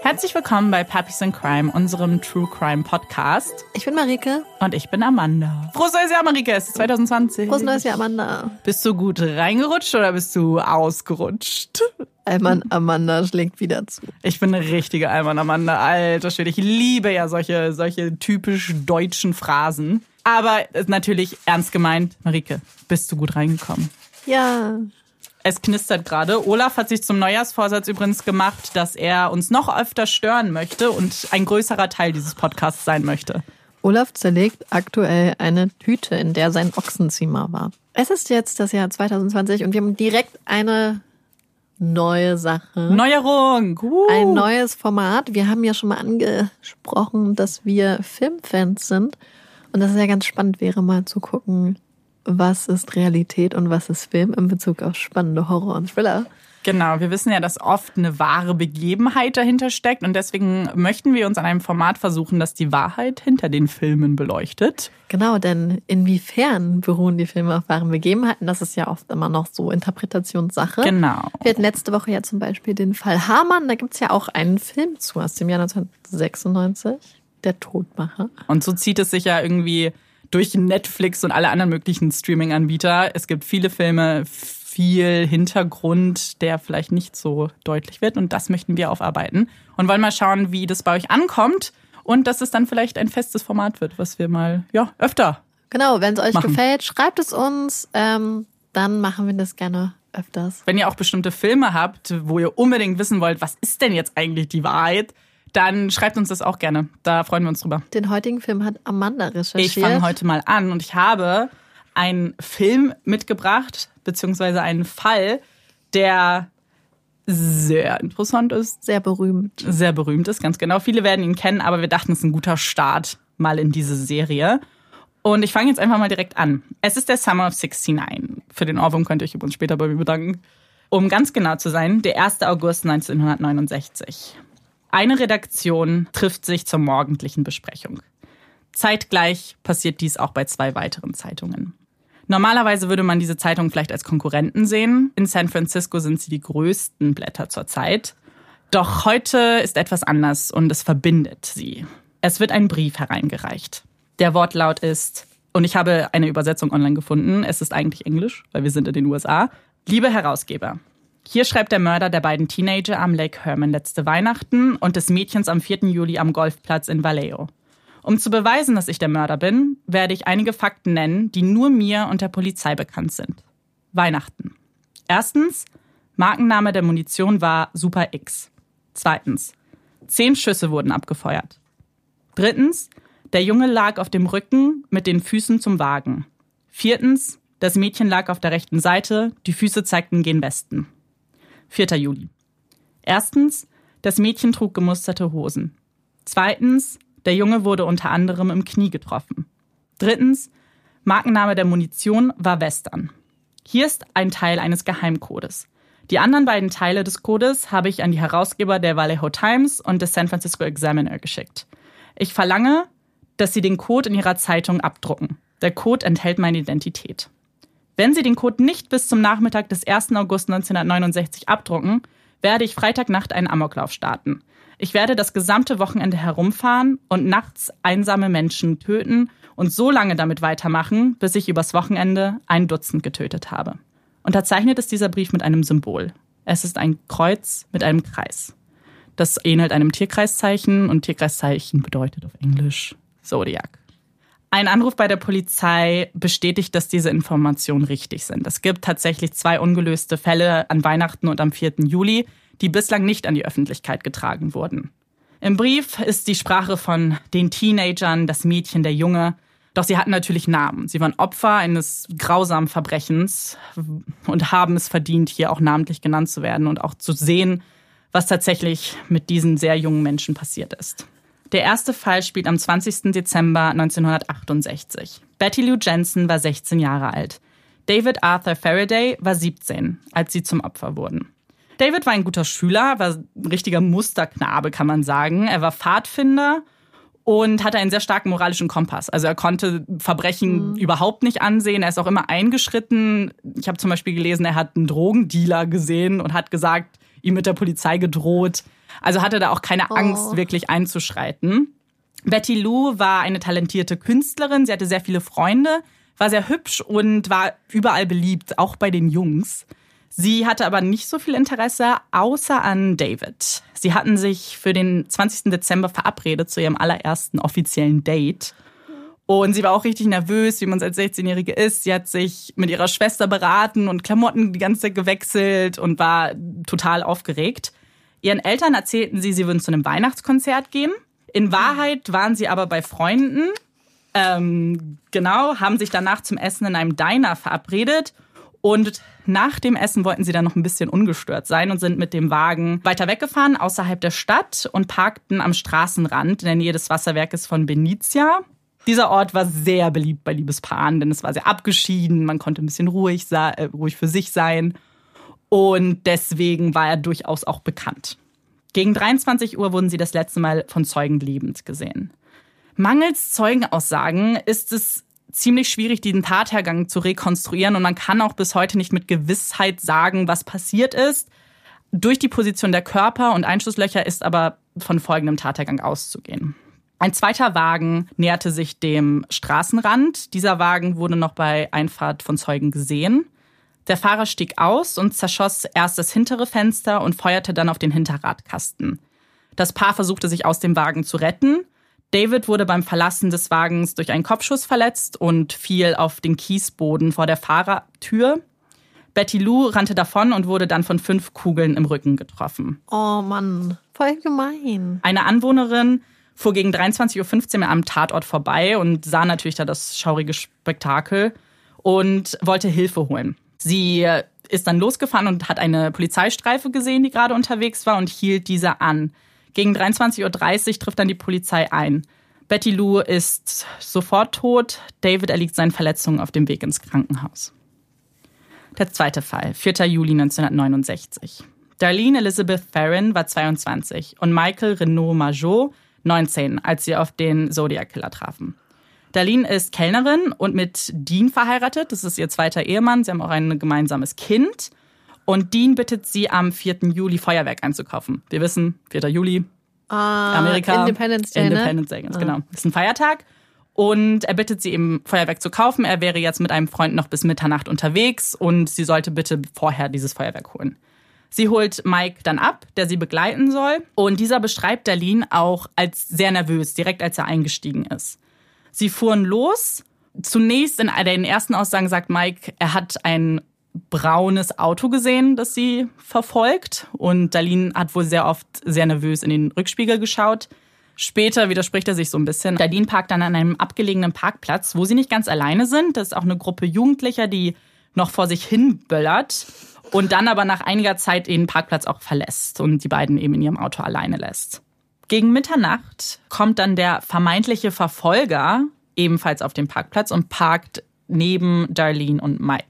Herzlich willkommen bei Puppies in Crime, unserem True Crime Podcast. Ich bin Marike. Und ich bin Amanda. Frohes neues Jahr, Marike. Es ist 2020. Frohes neues Jahr, Amanda. Bist du gut reingerutscht oder bist du ausgerutscht? Alman Amanda schlägt wieder zu. Ich bin eine richtige Alman Amanda. Alter Schwede, ich liebe ja solche typisch deutschen Phrasen. Aber natürlich ernst gemeint, Marike, bist du gut reingekommen? Ja. Es knistert gerade. Olaf hat sich zum Neujahrsvorsatz übrigens gemacht, dass er uns noch öfter stören möchte und ein größerer Teil dieses Podcasts sein möchte. Olaf zerlegt aktuell eine Tüte, in der sein Ochsenzimmer war. Es ist jetzt das Jahr 2020 und wir haben direkt eine neue Sache. Neuerung! Ein neues Format. Wir haben ja schon mal angesprochen, dass wir Filmfans sind. Und dass es ja ganz spannend wäre, mal zu gucken, was ist Realität und was ist Film in Bezug auf spannende Horror und Thriller. Genau, wir wissen ja, dass oft eine wahre Begebenheit dahinter steckt und deswegen möchten wir uns an einem Format versuchen, das die Wahrheit hinter den Filmen beleuchtet. Genau, denn inwiefern beruhen die Filme auf wahren Begebenheiten? Das ist ja oft immer noch so Interpretationssache. Genau. Wir hatten letzte Woche ja zum Beispiel den Fall Hamann, da gibt es ja auch einen Film zu aus dem Jahr 1996, Der Todmacher. Und so zieht es sich ja irgendwie durch Netflix und alle anderen möglichen Streaming-Anbieter. Es gibt viele Filme, viel Hintergrund, der vielleicht nicht so deutlich wird. Und das möchten wir aufarbeiten. Und wollen mal schauen, wie das bei euch ankommt. Und dass es dann vielleicht ein festes Format wird, was wir mal öfter Genau, wenn es euch machen. gefällt, schreibt es uns. Dann machen wir das gerne öfters. Wenn ihr auch bestimmte Filme habt, wo ihr unbedingt wissen wollt, was ist denn jetzt eigentlich die Wahrheit, dann schreibt uns das auch gerne. Da freuen wir uns drüber. Den heutigen Film hat Amanda recherchiert. Ich fange heute mal an und ich habe einen Film mitgebracht, beziehungsweise einen Fall, der sehr interessant ist. Sehr berühmt. Sehr berühmt ist, ganz genau. Viele werden ihn kennen, aber wir dachten, es ist ein guter Start mal in diese Serie. Und ich fange jetzt einfach mal direkt an. Es ist der Summer of 69. Für den Ohrwurm könnt ihr euch übrigens später bei mir bedanken. Um ganz genau zu sein, der 1. August 1969. Eine Redaktion trifft sich zur morgendlichen Besprechung. Zeitgleich passiert dies auch bei 2 weiteren Zeitungen. Normalerweise würde man diese Zeitungen vielleicht als Konkurrenten sehen. In San Francisco sind sie die größten Blätter zurzeit. Doch heute ist etwas anders und es verbindet sie. Es wird ein Brief hereingereicht. Der Wortlaut ist, und ich habe eine Übersetzung online gefunden, es ist eigentlich Englisch, weil wir sind in den USA. Liebe Herausgeber, hier schreibt der Mörder der beiden Teenager am Lake Herman letzte Weihnachten und des Mädchens am 4. Juli am Golfplatz in Vallejo. Um zu beweisen, dass ich der Mörder bin, werde ich einige Fakten nennen, die nur mir und der Polizei bekannt sind. Weihnachten. Erstens, Markenname der Munition war Super X. Zweitens, 10 Schüsse wurden abgefeuert. Drittens, der Junge lag auf dem Rücken mit den Füßen zum Wagen. Viertens, das Mädchen lag auf der rechten Seite, die Füße zeigten gen Westen. 4. Juli. Erstens, das Mädchen trug gemusterte Hosen. Zweitens, der Junge wurde unter anderem im Knie getroffen. Drittens, Markenname der Munition war Western. Hier ist ein Teil eines Geheimcodes. Die anderen beiden Teile des Codes habe ich an die Herausgeber der Vallejo Times und des San Francisco Examiner geschickt. Ich verlange, dass Sie den Code in Ihrer Zeitung abdrucken. Der Code enthält meine Identität. Wenn Sie den Code nicht bis zum Nachmittag des 1. August 1969 abdrucken, werde ich Freitagnacht einen Amoklauf starten. Ich werde das gesamte Wochenende herumfahren und nachts einsame Menschen töten und so lange damit weitermachen, bis ich übers Wochenende 1 Dutzend getötet habe. Unterzeichnet ist dieser Brief mit einem Symbol. Es ist ein Kreuz mit einem Kreis. Das ähnelt einem Tierkreiszeichen und Tierkreiszeichen bedeutet auf Englisch Zodiac. Ein Anruf bei der Polizei bestätigt, dass diese Informationen richtig sind. Es gibt tatsächlich 2 ungelöste Fälle an Weihnachten und am 4. Juli, die bislang nicht an die Öffentlichkeit getragen wurden. Im Brief ist die Sprache von den Teenagern, das Mädchen, der Junge. Doch sie hatten natürlich Namen. Sie waren Opfer eines grausamen Verbrechens und haben es verdient, hier auch namentlich genannt zu werden und auch zu sehen, was tatsächlich mit diesen sehr jungen Menschen passiert ist. Der erste Fall spielt am 20. Dezember 1968. Betty Lou Jensen war 16 Jahre alt. David Arthur Faraday war 17, als sie zum Opfer wurden. David war ein guter Schüler, war ein richtiger Musterknabe, kann man sagen. Er war Pfadfinder und hatte einen sehr starken moralischen Kompass. Also er konnte Verbrechen überhaupt nicht ansehen. Er ist auch immer eingeschritten. Ich habe zum Beispiel gelesen, er hat einen Drogendealer gesehen und hat gesagt, ihm mit der Polizei gedroht. Also hatte da auch keine Angst, wirklich einzuschreiten. Betty Lou war eine talentierte Künstlerin. Sie hatte sehr viele Freunde, war sehr hübsch und war überall beliebt, auch bei den Jungs. Sie hatte aber nicht so viel Interesse, außer an David. Sie hatten sich für den 20. Dezember verabredet zu ihrem allerersten offiziellen Date. Und sie war auch richtig nervös, wie man es als 16-Jährige ist. Sie hat sich mit ihrer Schwester beraten und Klamotten die ganze Zeit gewechselt und war total aufgeregt. Ihren Eltern erzählten sie würden zu einem Weihnachtskonzert gehen. In Wahrheit waren sie aber bei Freunden. Haben sich danach zum Essen in einem Diner verabredet. Und nach dem Essen wollten sie dann noch ein bisschen ungestört sein und sind mit dem Wagen weiter weggefahren, außerhalb der Stadt und parkten am Straßenrand in der Nähe des Wasserwerkes von Benicia. Dieser Ort war sehr beliebt bei Liebespaaren, denn es war sehr abgeschieden, man konnte ein bisschen ruhig für sich sein. Und deswegen war er durchaus auch bekannt. Gegen 23 Uhr wurden sie das letzte Mal von Zeugen lebend gesehen. Mangels Zeugenaussagen ist es ziemlich schwierig, diesen Tathergang zu rekonstruieren und man kann auch bis heute nicht mit Gewissheit sagen, was passiert ist. Durch die Position der Körper und Einschusslöcher ist aber von folgendem Tathergang auszugehen. Ein zweiter Wagen näherte sich dem Straßenrand. Dieser Wagen wurde noch bei Einfahrt von Zeugen gesehen. Der Fahrer stieg aus und zerschoss erst das hintere Fenster und feuerte dann auf den Hinterradkasten. Das Paar versuchte sich aus dem Wagen zu retten. David wurde beim Verlassen des Wagens durch einen Kopfschuss verletzt und fiel auf den Kiesboden vor der Fahrertür. Betty Lou rannte davon und wurde dann von 5 Kugeln im Rücken getroffen. Oh Mann, voll gemein. Eine Anwohnerin fuhr gegen 23.15 Uhr am Tatort vorbei und sah natürlich da das schaurige Spektakel und wollte Hilfe holen. Sie ist dann losgefahren und hat eine Polizeistreife gesehen, die gerade unterwegs war und hielt diese an. Gegen 23.30 Uhr trifft dann die Polizei ein. Betty Lou ist sofort tot. David erliegt seinen Verletzungen auf dem Weg ins Krankenhaus. Der zweite Fall, 4. Juli 1969. Darlene Elizabeth Theron war 22 und Michael Renaud Majot 19, als sie auf den Zodiac Killer trafen. Darlene ist Kellnerin und mit Dean verheiratet. Das ist ihr zweiter Ehemann. Sie haben auch ein gemeinsames Kind. Und Dean bittet sie, am 4. Juli Feuerwerk einzukaufen. Wir wissen, 4. Juli, Amerika. Independence Day, Independence Day, ganz genau. Das ist ein Feiertag. Und er bittet sie eben, Feuerwerk zu kaufen. Er wäre jetzt mit einem Freund noch bis Mitternacht unterwegs und sie sollte bitte vorher dieses Feuerwerk holen. Sie holt Mike dann ab, der sie begleiten soll. Und dieser beschreibt Darlene auch als sehr nervös, direkt als er eingestiegen ist. Sie fuhren los. Zunächst in den ersten Aussagen sagt Mike, er hat ein braunes Auto gesehen, das sie verfolgt. Und Darlene hat wohl sehr oft sehr nervös in den Rückspiegel geschaut. Später widerspricht er sich so ein bisschen. Darlene parkt dann an einem abgelegenen Parkplatz, wo sie nicht ganz alleine sind. Das ist auch eine Gruppe Jugendlicher, die noch vor sich hin böllert. Und dann aber nach einiger Zeit den Parkplatz auch verlässt und die beiden eben in ihrem Auto alleine lässt. Gegen Mitternacht kommt dann der vermeintliche Verfolger ebenfalls auf den Parkplatz und parkt neben Darlene und Mike.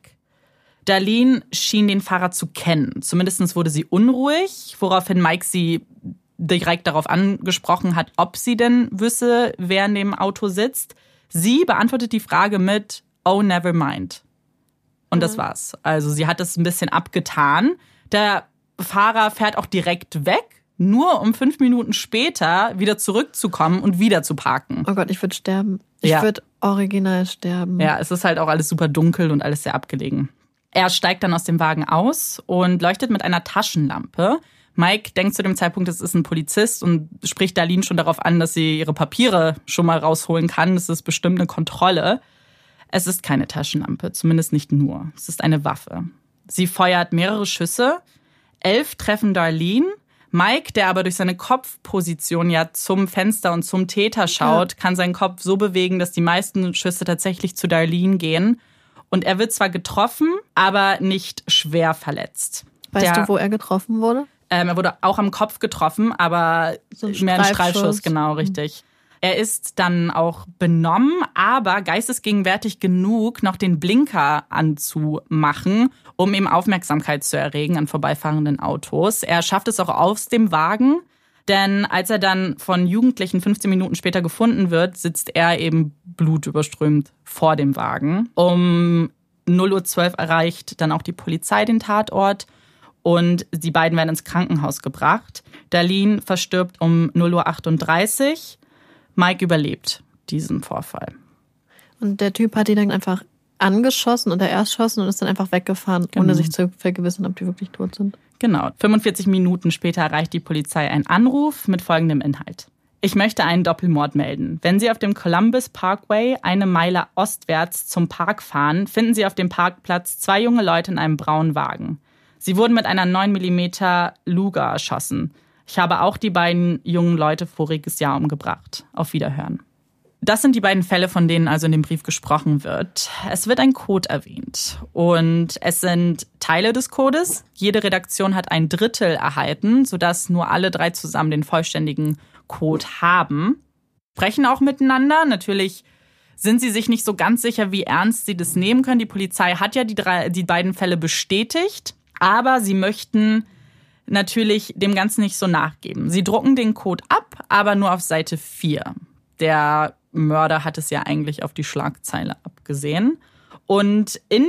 Darlene schien den Fahrer zu kennen. Zumindest wurde sie unruhig, woraufhin Mike sie direkt darauf angesprochen hat, ob sie denn wüsste, wer in dem Auto sitzt. Sie beantwortet die Frage mit "Oh, never mind." Und das war's. Also sie hat es ein bisschen abgetan. Der Fahrer fährt auch direkt weg, nur um 5 Minuten später wieder zurückzukommen und wieder zu parken. Oh Gott, ich würde sterben. Ich würde original sterben. Ja, es ist halt auch alles super dunkel und alles sehr abgelegen. Er steigt dann aus dem Wagen aus und leuchtet mit einer Taschenlampe. Mike denkt zu dem Zeitpunkt, es ist ein Polizist und spricht Darlene schon darauf an, dass sie ihre Papiere schon mal rausholen kann. Das ist bestimmt eine Kontrolle. Es ist keine Taschenlampe, zumindest nicht nur. Es ist eine Waffe. Sie feuert mehrere Schüsse. 11 treffen Darlene. Mike, der aber durch seine Kopfposition ja zum Fenster und zum Täter schaut, kann seinen Kopf so bewegen, dass die meisten Schüsse tatsächlich zu Darlene gehen. Und er wird zwar getroffen, aber nicht schwer verletzt. Weißt du, wo er getroffen wurde? Er wurde auch am Kopf getroffen, aber so mehr ein Streifschuss, genau, richtig. Er ist dann auch benommen, aber geistesgegenwärtig genug, noch den Blinker anzumachen, um ihm Aufmerksamkeit zu erregen an vorbeifahrenden Autos. Er schafft es auch aus dem Wagen, denn als er dann von Jugendlichen 15 Minuten später gefunden wird, sitzt er eben blutüberströmt vor dem Wagen. Um 0:12 Uhr erreicht dann auch die Polizei den Tatort. und die beiden werden ins Krankenhaus gebracht. Darlene verstirbt um 0:38 Uhr. Mike überlebt diesen Vorfall. Und der Typ hat die dann einfach angeschossen oder erschossen und ist dann einfach weggefahren, ohne sich zu vergewissern, ob die wirklich tot sind. Genau. 45 Minuten später erreicht die Polizei einen Anruf mit folgendem Inhalt. Ich möchte einen Doppelmord melden. Wenn Sie auf dem Columbus Parkway eine Meile ostwärts zum Park fahren, finden Sie auf dem Parkplatz 2 junge Leute in einem braunen Wagen. Sie wurden mit einer 9mm Luger erschossen. Ich habe auch die beiden jungen Leute voriges Jahr umgebracht. Auf Wiederhören. Das sind die beiden Fälle, von denen also in dem Brief gesprochen wird. Es wird ein Code erwähnt und es sind Teile des Codes. Jede Redaktion hat 1/3 erhalten, sodass nur alle 3 zusammen den vollständigen Code haben. Sprechen auch miteinander. Natürlich sind sie sich nicht so ganz sicher, wie ernst sie das nehmen können. Die Polizei hat ja die beiden Fälle bestätigt, aber sie möchten natürlich dem Ganzen nicht so nachgeben. Sie drucken den Code ab, aber nur auf Seite 4. Der Mörder hat es ja eigentlich auf die Schlagzeile abgesehen. Und in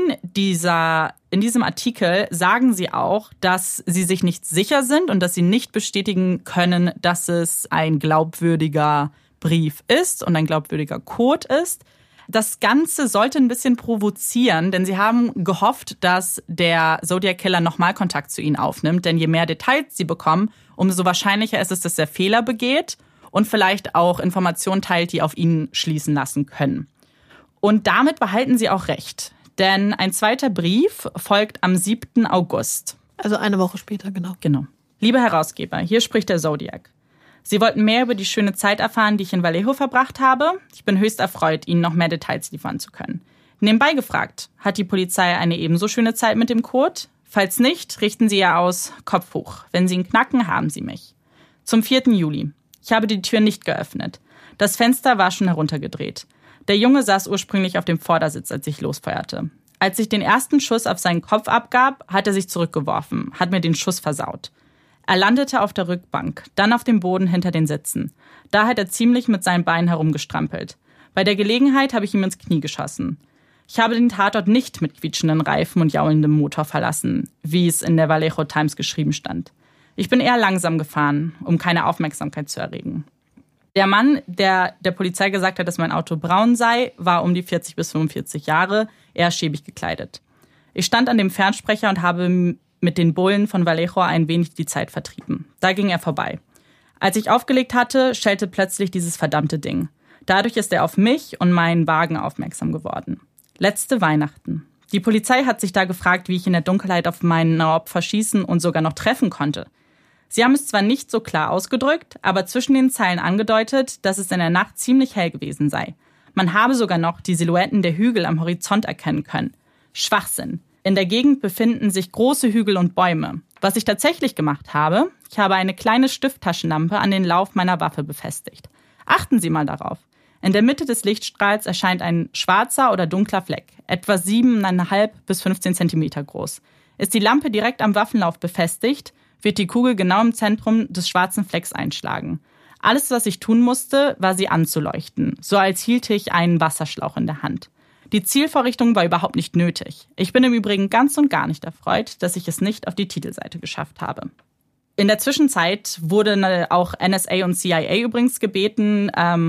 diesem Artikel sagen sie auch, dass sie sich nicht sicher sind und dass sie nicht bestätigen können, dass es ein glaubwürdiger Brief ist und ein glaubwürdiger Code ist. Das Ganze sollte ein bisschen provozieren, denn sie haben gehofft, dass der Zodiac Killer nochmal Kontakt zu ihnen aufnimmt. Denn je mehr Details sie bekommen, umso wahrscheinlicher ist es, dass er Fehler begeht und vielleicht auch Informationen teilt, die auf ihn schließen lassen können. Und damit behalten sie auch recht. Denn ein zweiter Brief folgt am 7. August. Also eine Woche später, genau. Genau. Liebe Herausgeber, hier spricht der Zodiac. Sie wollten mehr über die schöne Zeit erfahren, die ich in Vallejo verbracht habe. Ich bin höchst erfreut, Ihnen noch mehr Details liefern zu können. Nebenbei gefragt, hat die Polizei eine ebenso schöne Zeit mit dem Code? Falls nicht, richten Sie ja aus, Kopf hoch. Wenn Sie ihn knacken, haben Sie mich. Zum 4. Juli. Ich habe die Tür nicht geöffnet. Das Fenster war schon heruntergedreht. Der Junge saß ursprünglich auf dem Vordersitz, als ich losfeuerte. Als ich den ersten Schuss auf seinen Kopf abgab, hat er sich zurückgeworfen, hat mir den Schuss versaut. Er landete auf der Rückbank, dann auf dem Boden hinter den Sitzen. Da hat er ziemlich mit seinen Beinen herumgestrampelt. Bei der Gelegenheit habe ich ihm ins Knie geschossen. Ich habe den Tatort nicht mit quietschenden Reifen und jaulendem Motor verlassen, wie es in der Vallejo Times geschrieben stand. Ich bin eher langsam gefahren, um keine Aufmerksamkeit zu erregen. Der Mann, der Polizei gesagt hat, dass mein Auto braun sei, war um die 40 bis 45 Jahre, eher schäbig gekleidet. Ich stand an dem Fernsprecher und habe mit den Bullen von Vallejo ein wenig die Zeit vertrieben. Da ging er vorbei. Als ich aufgelegt hatte, schellte plötzlich dieses verdammte Ding. Dadurch ist er auf mich und meinen Wagen aufmerksam geworden. Letzte Weihnachten. Die Polizei hat sich da gefragt, wie ich in der Dunkelheit auf meine Opfer schießen und sogar noch treffen konnte. Sie haben es zwar nicht so klar ausgedrückt, aber zwischen den Zeilen angedeutet, dass es in der Nacht ziemlich hell gewesen sei. Man habe sogar noch die Silhouetten der Hügel am Horizont erkennen können. Schwachsinn. In der Gegend befinden sich große Hügel und Bäume. Was ich tatsächlich gemacht habe, ich habe eine kleine Stifttaschenlampe an den Lauf meiner Waffe befestigt. Achten Sie mal darauf. In der Mitte des Lichtstrahls erscheint ein schwarzer oder dunkler Fleck, etwa 7,5 bis 15 Zentimeter groß. Ist die Lampe direkt am Waffenlauf befestigt, wird die Kugel genau im Zentrum des schwarzen Flecks einschlagen. Alles, was ich tun musste, war sie anzuleuchten, so als hielte ich einen Wasserschlauch in der Hand. Die Zielvorrichtung war überhaupt nicht nötig. Ich bin im Übrigen ganz und gar nicht erfreut, dass ich es nicht auf die Titelseite geschafft habe. In der Zwischenzeit wurden auch NSA und CIA übrigens gebeten,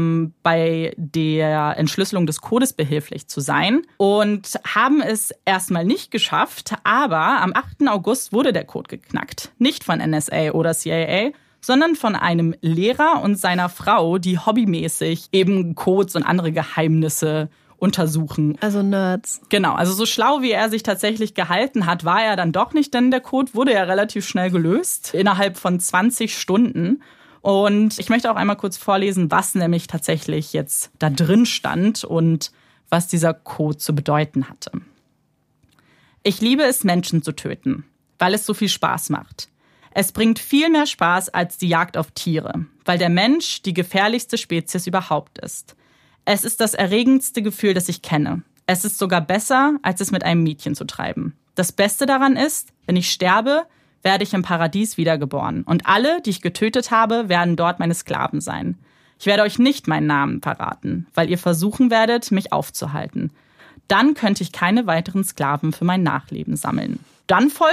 bei der Entschlüsselung des Codes behilflich zu sein und haben es erstmal nicht geschafft, aber am 8. August wurde der Code geknackt. Nicht von NSA oder CIA, sondern von einem Lehrer und seiner Frau, die hobbymäßig eben Codes und andere Geheimnisse untersuchen. Also Nerds. Genau, also so schlau wie er sich tatsächlich gehalten hat, war er dann doch nicht, denn der Code wurde ja relativ schnell gelöst, innerhalb von 20 Stunden. Und ich möchte auch einmal kurz vorlesen, was nämlich tatsächlich jetzt da drin stand und was dieser Code zu bedeuten hatte. Ich liebe es, Menschen zu töten, weil es so viel Spaß macht. Es bringt viel mehr Spaß als die Jagd auf Tiere, weil der Mensch die gefährlichste Spezies überhaupt ist. Es ist das erregendste Gefühl, das ich kenne. Es ist sogar besser, als es mit einem Mädchen zu treiben. Das Beste daran ist, wenn ich sterbe, werde ich im Paradies wiedergeboren. Und alle, die ich getötet habe, werden dort meine Sklaven sein. Ich werde euch nicht meinen Namen verraten, weil ihr versuchen werdet, mich aufzuhalten. Dann könnte ich keine weiteren Sklaven für mein Nachleben sammeln. Dann folgt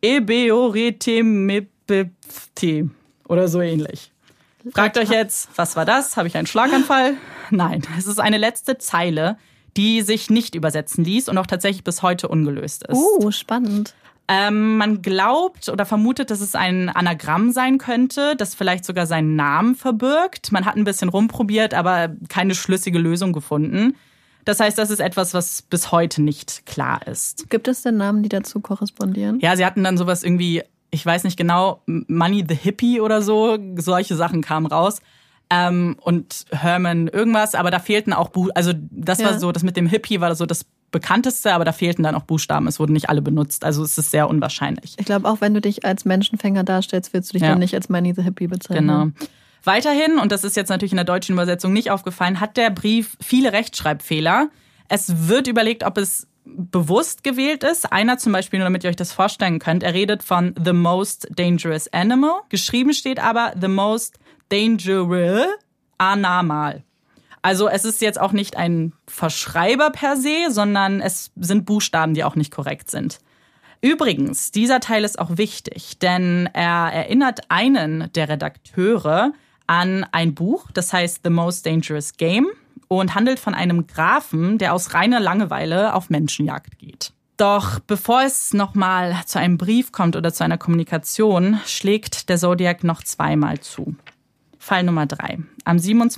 Ebeoretemepepti oder so ähnlich. Fragt euch jetzt, was war das? Habe ich einen Schlaganfall? Nein, es ist eine letzte Zeile, die sich nicht übersetzen ließ und auch tatsächlich bis heute ungelöst ist. Spannend. Man glaubt oder vermutet, dass es ein Anagramm sein könnte, das vielleicht sogar seinen Namen verbirgt. Man hat ein bisschen rumprobiert, aber keine schlüssige Lösung gefunden. Das heißt, das ist etwas, was bis heute nicht klar ist. Gibt es denn Namen, die dazu korrespondieren? Ja, sie hatten dann sowas irgendwie, ich weiß nicht genau, Money the Hippie oder so. Solche Sachen kamen raus. Und Herman irgendwas, aber da fehlten auch also das war so, das mit dem Hippie war so das bekannteste, aber da fehlten dann auch Buchstaben. Es wurden nicht alle benutzt, also es ist sehr unwahrscheinlich. Ich glaube, auch wenn du dich als Menschenfänger darstellst, willst du dich dann nicht als Money the Hippie bezeichnen. Genau. Weiterhin, und das ist jetzt natürlich in der deutschen Übersetzung nicht aufgefallen, hat der Brief viele Rechtschreibfehler. Es wird überlegt, ob es bewusst gewählt ist. Einer zum Beispiel, nur damit ihr euch das vorstellen könnt, er redet von the most dangerous animal. Geschrieben steht aber the most dangerous animal. Also es ist jetzt auch nicht ein Verschreiber per se, sondern es sind Buchstaben, die auch nicht korrekt sind. Übrigens, dieser Teil ist auch wichtig, denn er erinnert einen der Redakteure an ein Buch, das heißt The Most Dangerous Game und handelt von einem Grafen, der aus reiner Langeweile auf Menschenjagd geht. Doch bevor es nochmal zu einem Brief kommt oder zu einer Kommunikation, schlägt der Zodiac noch zweimal zu. Fall Nummer 3. Am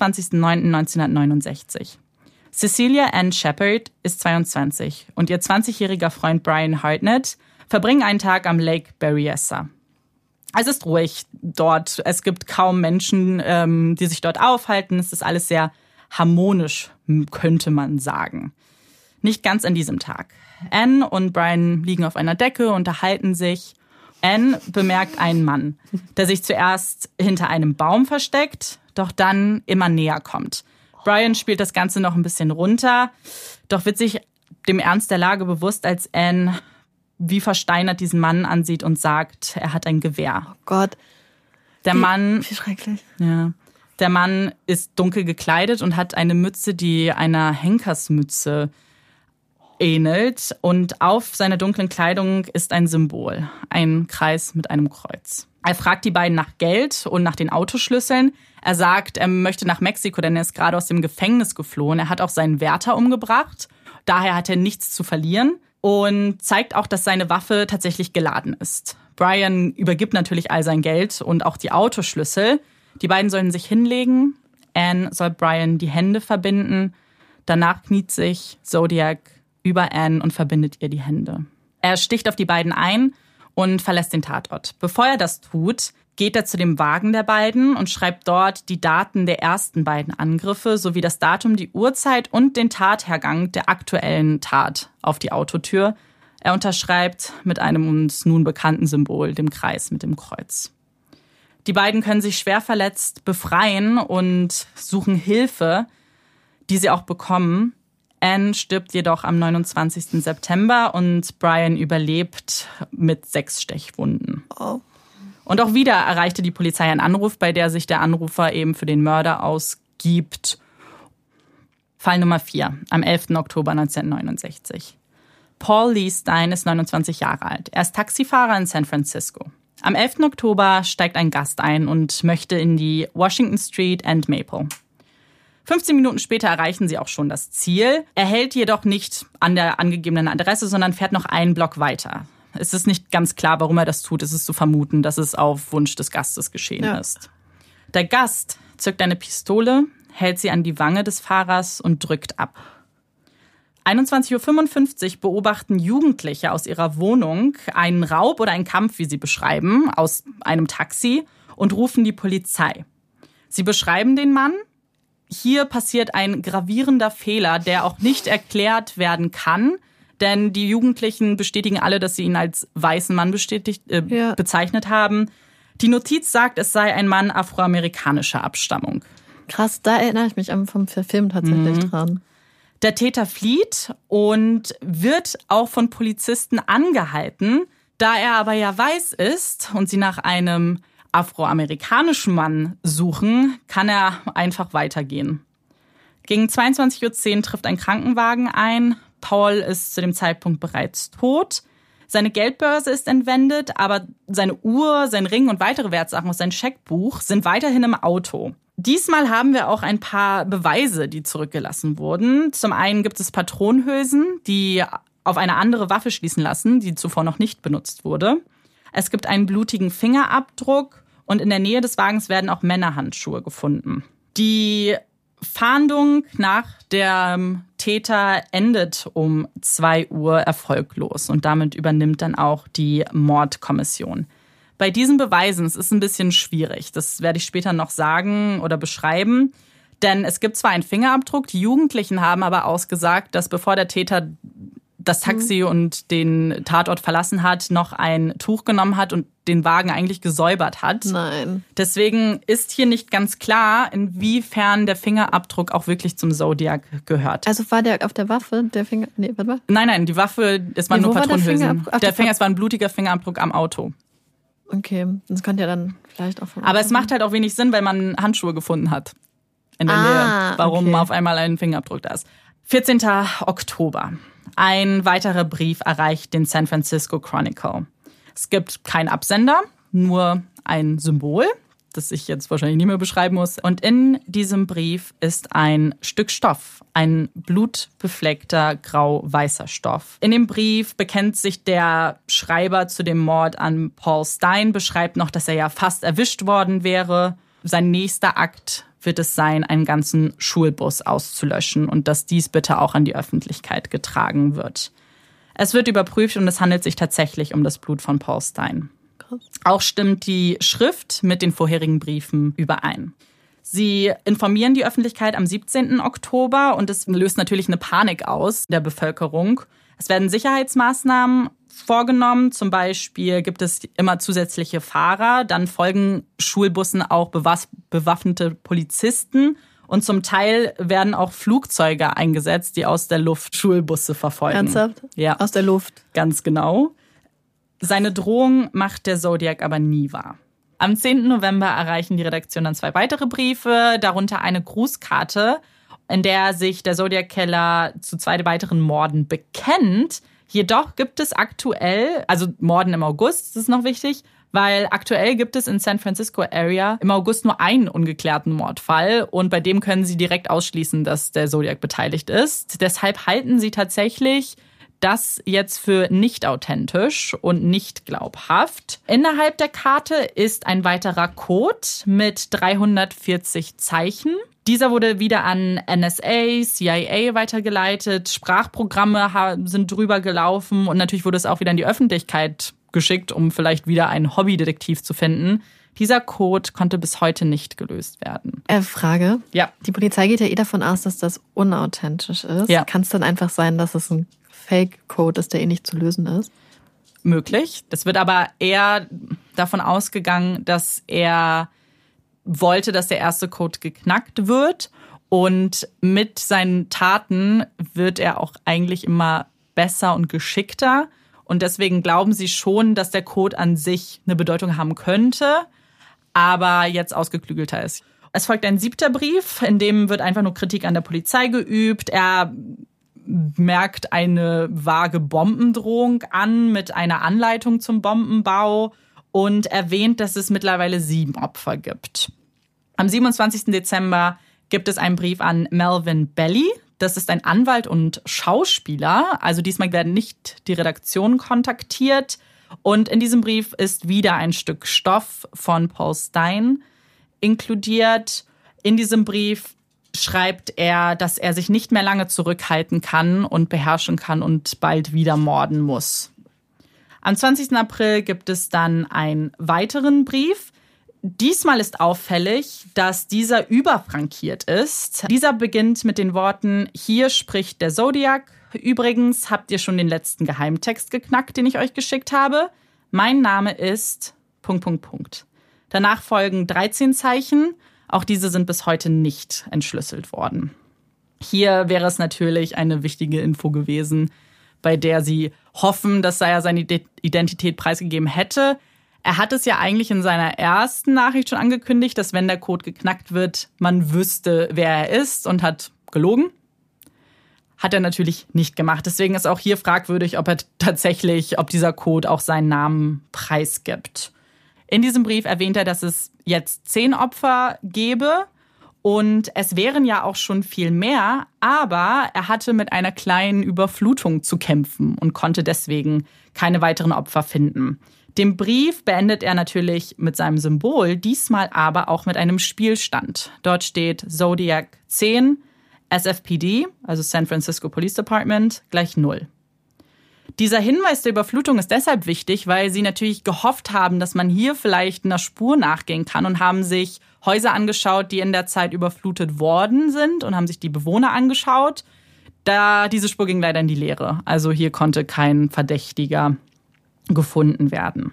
27.09.1969. Cecilia Ann Shepard ist 22 und ihr 20-jähriger Freund Brian Hartnett verbringen einen Tag am Lake Berryessa. Es ist ruhig dort. Es gibt kaum Menschen, die sich dort aufhalten. Es ist alles sehr harmonisch, könnte man sagen. Nicht ganz an diesem Tag. Ann und Brian liegen auf einer Decke, unterhalten sich. Ann bemerkt einen Mann, der sich zuerst hinter einem Baum versteckt, doch dann immer näher kommt. Brian spielt das Ganze noch ein bisschen runter, doch wird sich dem Ernst der Lage bewusst, als Ann wie versteinert diesen Mann ansieht und sagt, er hat ein Gewehr. Oh Gott. Wie schrecklich. Ja. Der Mann ist dunkel gekleidet und hat eine Mütze, die einer Henkersmütze ähnelt. Und auf seiner dunklen Kleidung ist ein Symbol, ein Kreis mit einem Kreuz. Er fragt die beiden nach Geld und nach den Autoschlüsseln. Er sagt, er möchte nach Mexiko, denn er ist gerade aus dem Gefängnis geflohen. Er hat auch seinen Wärter umgebracht. Daher hat er nichts zu verlieren und zeigt auch, dass seine Waffe tatsächlich geladen ist. Brian übergibt natürlich all sein Geld und auch die Autoschlüssel. Die beiden sollen sich hinlegen. Ann soll Brian die Hände verbinden. Danach kniet sich Zodiac über Ann und verbindet ihr die Hände. Er sticht auf die beiden ein und verlässt den Tatort. Bevor er das tut, geht er zu dem Wagen der beiden und schreibt dort die Daten der ersten beiden Angriffe sowie das Datum, die Uhrzeit und den Tathergang der aktuellen Tat auf die Autotür. Er unterschreibt mit einem uns nun bekannten Symbol, dem Kreis mit dem Kreuz. Die beiden können sich schwer verletzt befreien und suchen Hilfe, die sie auch bekommen. Ann stirbt jedoch am 29. September und Brian überlebt mit 6 Stechwunden. Oh. Und auch wieder erreichte die Polizei einen Anruf, bei der sich der Anrufer eben für den Mörder ausgibt. Fall Nummer 4, am 11. Oktober 1969. Paul Lee Stein ist 29 Jahre alt. Er ist Taxifahrer in San Francisco. Am 11. Oktober steigt ein Gast ein und möchte in die Washington Street and Maple. 15 Minuten später erreichen sie auch schon das Ziel. Er hält jedoch nicht an der angegebenen Adresse, sondern fährt noch einen Block weiter. Es ist nicht ganz klar, warum er das tut. Es ist zu vermuten, dass es auf Wunsch des Gastes geschehen ist. Der Gast zückt eine Pistole, hält sie an die Wange des Fahrers und drückt ab. 21.55 Uhr beobachten Jugendliche aus ihrer Wohnung einen Raub oder einen Kampf, wie sie beschreiben, aus einem Taxi und rufen die Polizei. Sie beschreiben den Mann. Hier passiert ein gravierender Fehler, der auch nicht erklärt werden kann, denn die Jugendlichen bestätigen alle, dass sie ihn als weißen Mann bezeichnet haben. Die Notiz sagt, es sei ein Mann afroamerikanischer Abstammung. Krass, da erinnere ich mich vom Film tatsächlich dran. Der Täter flieht und wird auch von Polizisten angehalten. Da er aber ja weiß ist und sie nach einem afroamerikanischen Mann suchen, kann er einfach weitergehen. Gegen 22.10 Uhr trifft ein Krankenwagen ein. Paul ist zu dem Zeitpunkt bereits tot. Seine Geldbörse ist entwendet, aber seine Uhr, sein Ring und weitere Wertsachen aus seinem Scheckbuch sind weiterhin im Auto. Diesmal haben wir auch ein paar Beweise, die zurückgelassen wurden. Zum einen gibt es Patronenhülsen, die auf eine andere Waffe schließen lassen, die zuvor noch nicht benutzt wurde. Es gibt einen blutigen Fingerabdruck und in der Nähe des Wagens werden auch Männerhandschuhe gefunden. Die Fahndung nach dem Täter endet um 2 Uhr erfolglos und damit übernimmt dann auch die Mordkommission. Bei diesen Beweisen, es ist ein bisschen schwierig, das werde ich später noch sagen oder beschreiben, denn es gibt zwar einen Fingerabdruck, die Jugendlichen haben aber ausgesagt, dass bevor der Täter das Taxi und den Tatort verlassen hat, noch ein Tuch genommen hat und den Wagen eigentlich gesäubert hat. Nein. Deswegen ist hier nicht ganz klar, inwiefern der Fingerabdruck auch wirklich zum Zodiac gehört. Also war der auf der Waffe, der Finger... Nee, warte mal. Nein, die Waffe, es waren nur Patronenhülsen. Es war ein blutiger Fingerabdruck am Auto. Okay, das könnte ja dann vielleicht auch... Aber es macht halt auch wenig Sinn, weil man Handschuhe gefunden hat in der Nähe. Warum auf einmal ein Fingerabdruck da ist. 14. Oktober. Ein weiterer Brief erreicht den San Francisco Chronicle. Es gibt keinen Absender, nur ein Symbol, das ich jetzt wahrscheinlich nicht mehr beschreiben muss. Und in diesem Brief ist ein Stück Stoff, ein blutbefleckter grau-weißer Stoff. In dem Brief bekennt sich der Schreiber zu dem Mord an Paul Stine, beschreibt noch, dass er ja fast erwischt worden wäre. Sein nächster Akt wird es sein, einen ganzen Schulbus auszulöschen und dass dies bitte auch an die Öffentlichkeit getragen wird. Es wird überprüft und es handelt sich tatsächlich um das Blut von Paul Stine. Krass. Auch stimmt die Schrift mit den vorherigen Briefen überein. Sie informieren die Öffentlichkeit am 17. Oktober und es löst natürlich eine Panik aus der Bevölkerung. Es werden Sicherheitsmaßnahmen vorgenommen. Zum Beispiel gibt es immer zusätzliche Fahrer. Dann folgen Schulbussen auch bewaffnete Polizisten. Und zum Teil werden auch Flugzeuge eingesetzt, die aus der Luft Schulbusse verfolgen. Ernsthaft? Ja. Aus der Luft? Ganz genau. Seine Drohung macht der Zodiac aber nie wahr. Am 10. November erreichen die Redaktion dann 2 weitere Briefe, darunter eine Grußkarte, in der sich der Zodiac-Killer zu 2 weiteren Morden bekennt. Jedoch gibt es aktuell, also Morden im August, das ist noch wichtig, weil aktuell gibt es in San Francisco Area im August nur einen ungeklärten Mordfall und bei dem können sie direkt ausschließen, dass der Zodiac beteiligt ist. Deshalb halten sie tatsächlich das jetzt für nicht authentisch und nicht glaubhaft. Innerhalb der Karte ist ein weiterer Code mit 340 Zeichen. Dieser wurde wieder an NSA, CIA weitergeleitet, Sprachprogramme sind drüber gelaufen und natürlich wurde es auch wieder in die Öffentlichkeit geschickt, um vielleicht wieder einen Hobbydetektiv zu finden. Dieser Code konnte bis heute nicht gelöst werden. Frage. Ja. Die Polizei geht ja davon aus, dass das unauthentisch ist. Ja. Kann es dann einfach sein, dass es ein Fake-Code ist, der nicht zu lösen ist? Möglich. Das wird aber eher davon ausgegangen, dass er wollte, dass der erste Code geknackt wird. Und mit seinen Taten wird er auch eigentlich immer besser und geschickter. Und deswegen glauben sie schon, dass der Code an sich eine Bedeutung haben könnte, aber jetzt ausgeklügelter ist. Es folgt ein 7. Brief, in dem wird einfach nur Kritik an der Polizei geübt. Er merkt eine vage Bombendrohung an mit einer Anleitung zum Bombenbau und erwähnt, dass es mittlerweile 7 Opfer gibt. Am 27. Dezember gibt es einen Brief an Melvin Belli. Das ist ein Anwalt und Schauspieler. Also diesmal werden nicht die Redaktion kontaktiert. Und in diesem Brief ist wieder ein Stück Stoff von Paul Stine inkludiert. In diesem Brief schreibt er, dass er sich nicht mehr lange zurückhalten kann und beherrschen kann und bald wieder morden muss. Am 20. April gibt es dann einen weiteren Brief. Diesmal ist auffällig, dass dieser überfrankiert ist. Dieser beginnt mit den Worten, hier spricht der Zodiac. Übrigens habt ihr schon den letzten Geheimtext geknackt, den ich euch geschickt habe. Mein Name ist... ... Danach folgen 13 Zeichen. Auch diese sind bis heute nicht entschlüsselt worden. Hier wäre es natürlich eine wichtige Info gewesen, bei der sie hoffen, dass er seine Identität preisgegeben hätte. Er hat es ja eigentlich in seiner ersten Nachricht schon angekündigt, dass wenn der Code geknackt wird, man wüsste, wer er ist und hat gelogen. hat er natürlich nicht gemacht. Deswegen ist auch hier fragwürdig, ob dieser Code auch seinen Namen preisgibt. In diesem Brief erwähnt er, dass es jetzt 10 Opfer gäbe und es wären ja auch schon viel mehr, aber er hatte mit einer kleinen Überflutung zu kämpfen und konnte deswegen keine weiteren Opfer finden. Den Brief beendet er natürlich mit seinem Symbol, diesmal aber auch mit einem Spielstand. Dort steht Zodiac 10, SFPD, also San Francisco Police Department, gleich 0. Dieser Hinweis der Überflutung ist deshalb wichtig, weil sie natürlich gehofft haben, dass man hier vielleicht einer Spur nachgehen kann und haben sich Häuser angeschaut, die in der Zeit überflutet worden sind und haben sich die Bewohner angeschaut. Diese Spur ging leider in die Leere. Also hier konnte kein Verdächtiger gefunden werden.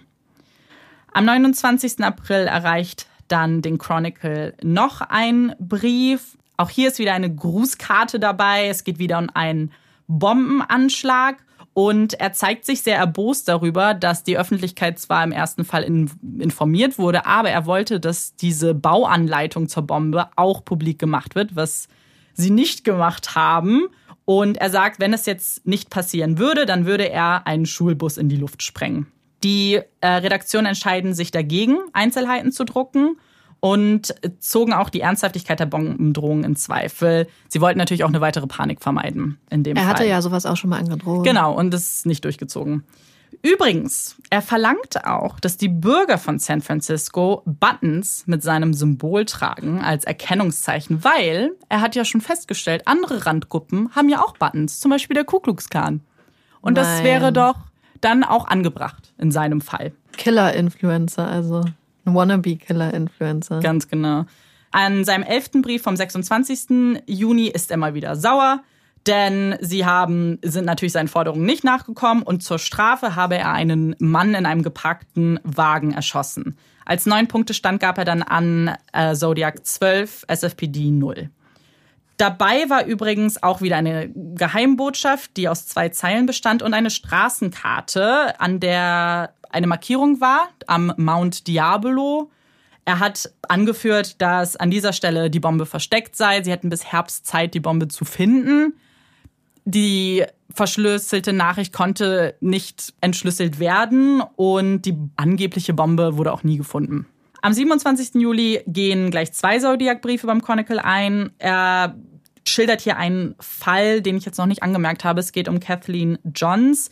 Am 29. April erreicht dann den Chronicle noch ein Brief. Auch hier ist wieder eine Grußkarte dabei. Es geht wieder um einen Bombenanschlag. Und er zeigt sich sehr erbost darüber, dass die Öffentlichkeit zwar im ersten Fall informiert wurde, aber er wollte, dass diese Bauanleitung zur Bombe auch publik gemacht wird, was sie nicht gemacht haben. Und er sagt, wenn es jetzt nicht passieren würde, dann würde er einen Schulbus in die Luft sprengen. Die Redaktion entscheiden sich dagegen, Einzelheiten zu drucken und zogen auch die Ernsthaftigkeit der Bombendrohung in Zweifel. Sie wollten natürlich auch eine weitere Panik vermeiden in dem Fall. Er hatte ja sowas auch schon mal angedroht. Genau, und das ist nicht durchgezogen. Übrigens, er verlangt auch, dass die Bürger von San Francisco Buttons mit seinem Symbol tragen als Erkennungszeichen, weil er hat ja schon festgestellt, andere Randgruppen haben ja auch Buttons, zum Beispiel der Ku Klux Klan. Und das wäre doch dann auch angebracht in seinem Fall. Killer-Influencer, also ein Wannabe-Killer-Influencer. Ganz genau. An seinem 11. Brief vom 26. Juni ist er mal wieder sauer, denn sie sind natürlich seinen Forderungen nicht nachgekommen und zur Strafe habe er einen Mann in einem geparkten Wagen erschossen. Als 9-Punkte-Stand gab er dann an Zodiac 12, SFPD 0. Dabei war übrigens auch wieder eine Geheimbotschaft, die aus 2 Zeilen bestand und eine Straßenkarte, an der eine Markierung war am Mount Diablo. Er hat angeführt, dass an dieser Stelle die Bombe versteckt sei. Sie hätten bis Herbst Zeit, die Bombe zu finden. Die verschlüsselte Nachricht konnte nicht entschlüsselt werden und die angebliche Bombe wurde auch nie gefunden. Am 27. Juli gehen gleich 2 Zodiac-Briefe beim Chronicle ein. Er schildert hier einen Fall, den ich jetzt noch nicht angemerkt habe. Es geht um Kathleen Johns,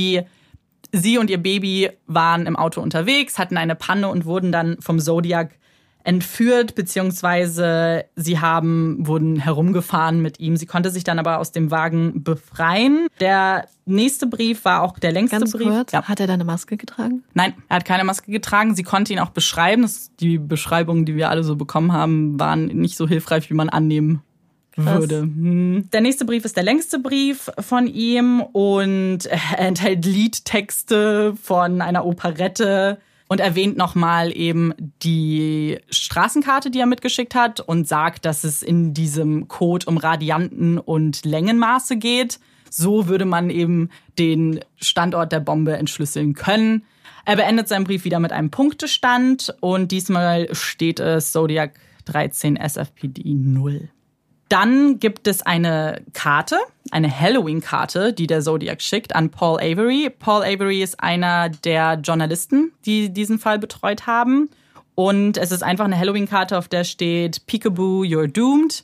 Sie und ihr Baby waren im Auto unterwegs, hatten eine Panne und wurden dann vom Zodiac entführt, beziehungsweise wurden herumgefahren mit ihm. Sie konnte sich dann aber aus dem Wagen befreien. Der nächste Brief war auch der längste Ganz Brief. Kurz, ja. Hat er da eine Maske getragen? Nein, er hat keine Maske getragen. Sie konnte ihn auch beschreiben. Die Beschreibungen, die wir alle so bekommen haben, waren nicht so hilfreich, wie man annehmen würde. Der nächste Brief ist der längste Brief von ihm und er enthält Liedtexte von einer Operette und erwähnt nochmal eben die Straßenkarte, die er mitgeschickt hat und sagt, dass es in diesem Code um Radianten und Längenmaße geht. So würde man eben den Standort der Bombe entschlüsseln können. Er beendet seinen Brief wieder mit einem Punktestand und diesmal steht es Zodiac 13 SFPD 0. Dann gibt es eine Karte, eine Halloween-Karte, die der Zodiac schickt an Paul Avery. Paul Avery ist einer der Journalisten, die diesen Fall betreut haben. Und es ist einfach eine Halloween-Karte, auf der steht Peekaboo, you're doomed.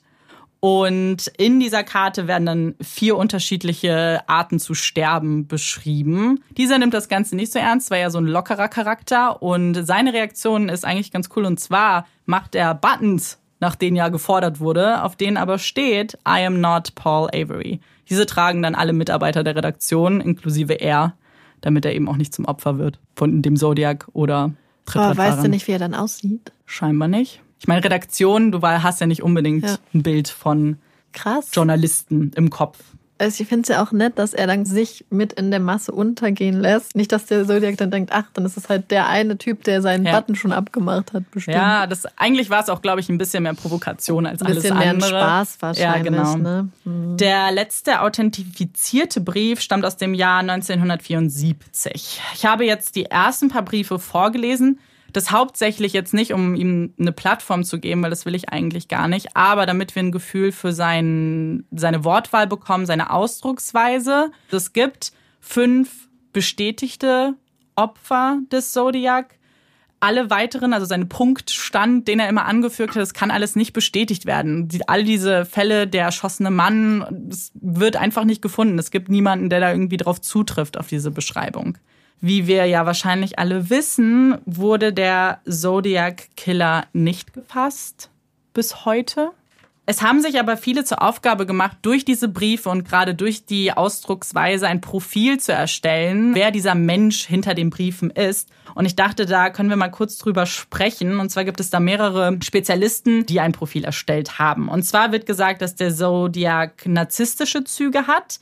Und in dieser Karte werden dann 4 unterschiedliche Arten zu sterben beschrieben. Dieser nimmt das Ganze nicht so ernst, weil er so ein lockerer Charakter. Und seine Reaktion ist eigentlich ganz cool. Und zwar macht er Buttons, nach denen ja gefordert wurde, auf denen aber steht, I am not Paul Avery. Diese tragen dann alle Mitarbeiter der Redaktion, inklusive er, damit er eben auch nicht zum Opfer wird von dem Zodiac oder Trittbrettfahrern. Aber weißt du nicht, wie er dann aussieht? Scheinbar nicht. Ich meine, Redaktion, du hast ja nicht unbedingt ein Bild von Journalisten im Kopf. Also ich finde es ja auch nett, dass er dann sich mit in der Masse untergehen lässt. Nicht, dass der Zodiac dann denkt, ach, dann ist es halt der eine Typ, der seinen Button schon abgemacht hat, bestimmt. Ja, eigentlich war es auch, glaube ich, ein bisschen mehr Provokation als alles andere. Ein bisschen mehr Spaß wahrscheinlich. Ja, genau. Ne? Der letzte authentifizierte Brief stammt aus dem Jahr 1974. Ich habe jetzt die ersten paar Briefe vorgelesen, Das hauptsächlich jetzt nicht, um ihm eine Plattform zu geben, weil das will ich eigentlich gar nicht, aber damit wir ein Gefühl für seine Wortwahl bekommen, seine Ausdrucksweise. Es gibt 5 bestätigte Opfer des Zodiac. Alle weiteren, also sein Punktstand, den er immer angeführt hat, das kann alles nicht bestätigt werden. All diese Fälle, der erschossene Mann, das wird einfach nicht gefunden. Es gibt niemanden, der da irgendwie drauf zutrifft, auf diese Beschreibung. Wie wir ja wahrscheinlich alle wissen, wurde der Zodiac Killer nicht gefasst bis heute. Es haben sich aber viele zur Aufgabe gemacht, durch diese Briefe und gerade durch die Ausdrucksweise ein Profil zu erstellen, wer dieser Mensch hinter den Briefen ist. Und ich dachte, da können wir mal kurz drüber sprechen. Und zwar gibt es da mehrere Spezialisten, die ein Profil erstellt haben. Und zwar wird gesagt, dass der Zodiac narzisstische Züge hat.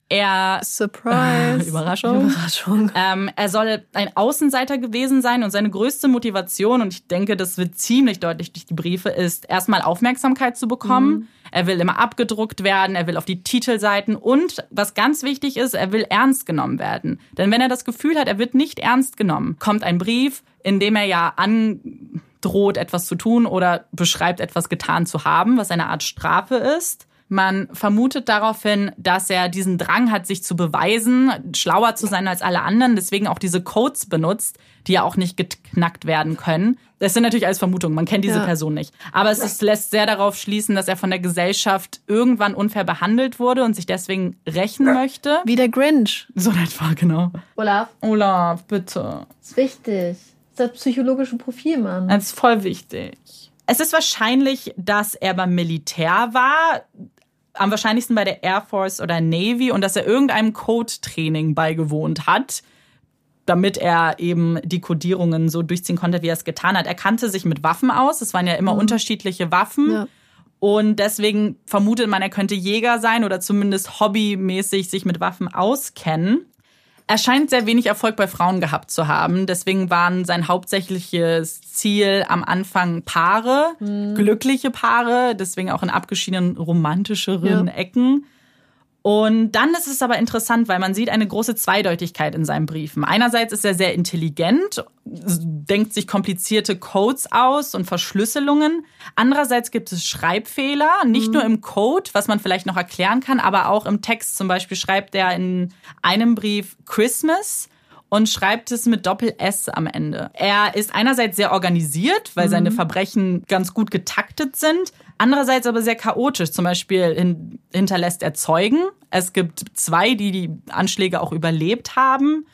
Surprise. Überraschung. Er soll ein Außenseiter gewesen sein und seine größte Motivation, und ich denke, das wird ziemlich deutlich durch die Briefe, ist, erstmal Aufmerksamkeit zu bekommen. Er will immer abgedruckt werden, er will auf die Titelseiten und, was ganz wichtig ist, er will ernst genommen werden. Denn wenn er das Gefühl hat, er wird nicht ernst genommen, kommt ein Brief, in dem er ja androht, etwas zu tun oder beschreibt, etwas getan zu haben, was eine Art Strafe ist. Man vermutet daraufhin, dass er diesen Drang hat, sich zu beweisen, schlauer zu sein als alle anderen, deswegen auch diese Codes benutzt, die ja auch nicht geknackt werden können. Das sind natürlich alles Vermutungen, man kennt diese Person nicht. Aber es lässt sehr darauf schließen, dass er von der Gesellschaft irgendwann unfair behandelt wurde und sich deswegen rächen möchte. Wie der Grinch. So etwa, genau. Olaf, bitte. Das ist wichtig. Das ist das psychologische Profil, Mann. Das ist voll wichtig. Es ist wahrscheinlich, dass er beim Militär war, am wahrscheinlichsten bei der Air Force oder Navy, und dass er irgendeinem Code-Training beigewohnt hat, damit er eben die Codierungen so durchziehen konnte, wie er es getan hat. Er kannte sich mit Waffen aus. Es waren ja immer unterschiedliche Waffen. Ja. Und deswegen vermutet man, er könnte Jäger sein oder zumindest hobbymäßig sich mit Waffen auskennen. Er scheint sehr wenig Erfolg bei Frauen gehabt zu haben. Deswegen waren sein hauptsächliches Ziel am Anfang Paare, glückliche Paare, deswegen auch in abgeschiedenen, romantischeren Ecken. Und dann ist es aber interessant, weil man sieht eine große Zweideutigkeit in seinen Briefen. Einerseits ist er sehr intelligent, denkt sich komplizierte Codes aus und Verschlüsselungen. Andererseits gibt es Schreibfehler, nicht nur im Code, was man vielleicht noch erklären kann, aber auch im Text. Zum Beispiel schreibt er in einem Brief Christmas und schreibt es mit Doppel-S am Ende. Er ist einerseits sehr organisiert, weil seine Verbrechen ganz gut getaktet sind, andererseits aber sehr chaotisch. Zum Beispiel hinterlässt er Zeugen. Es gibt 2, die die Anschläge auch überlebt haben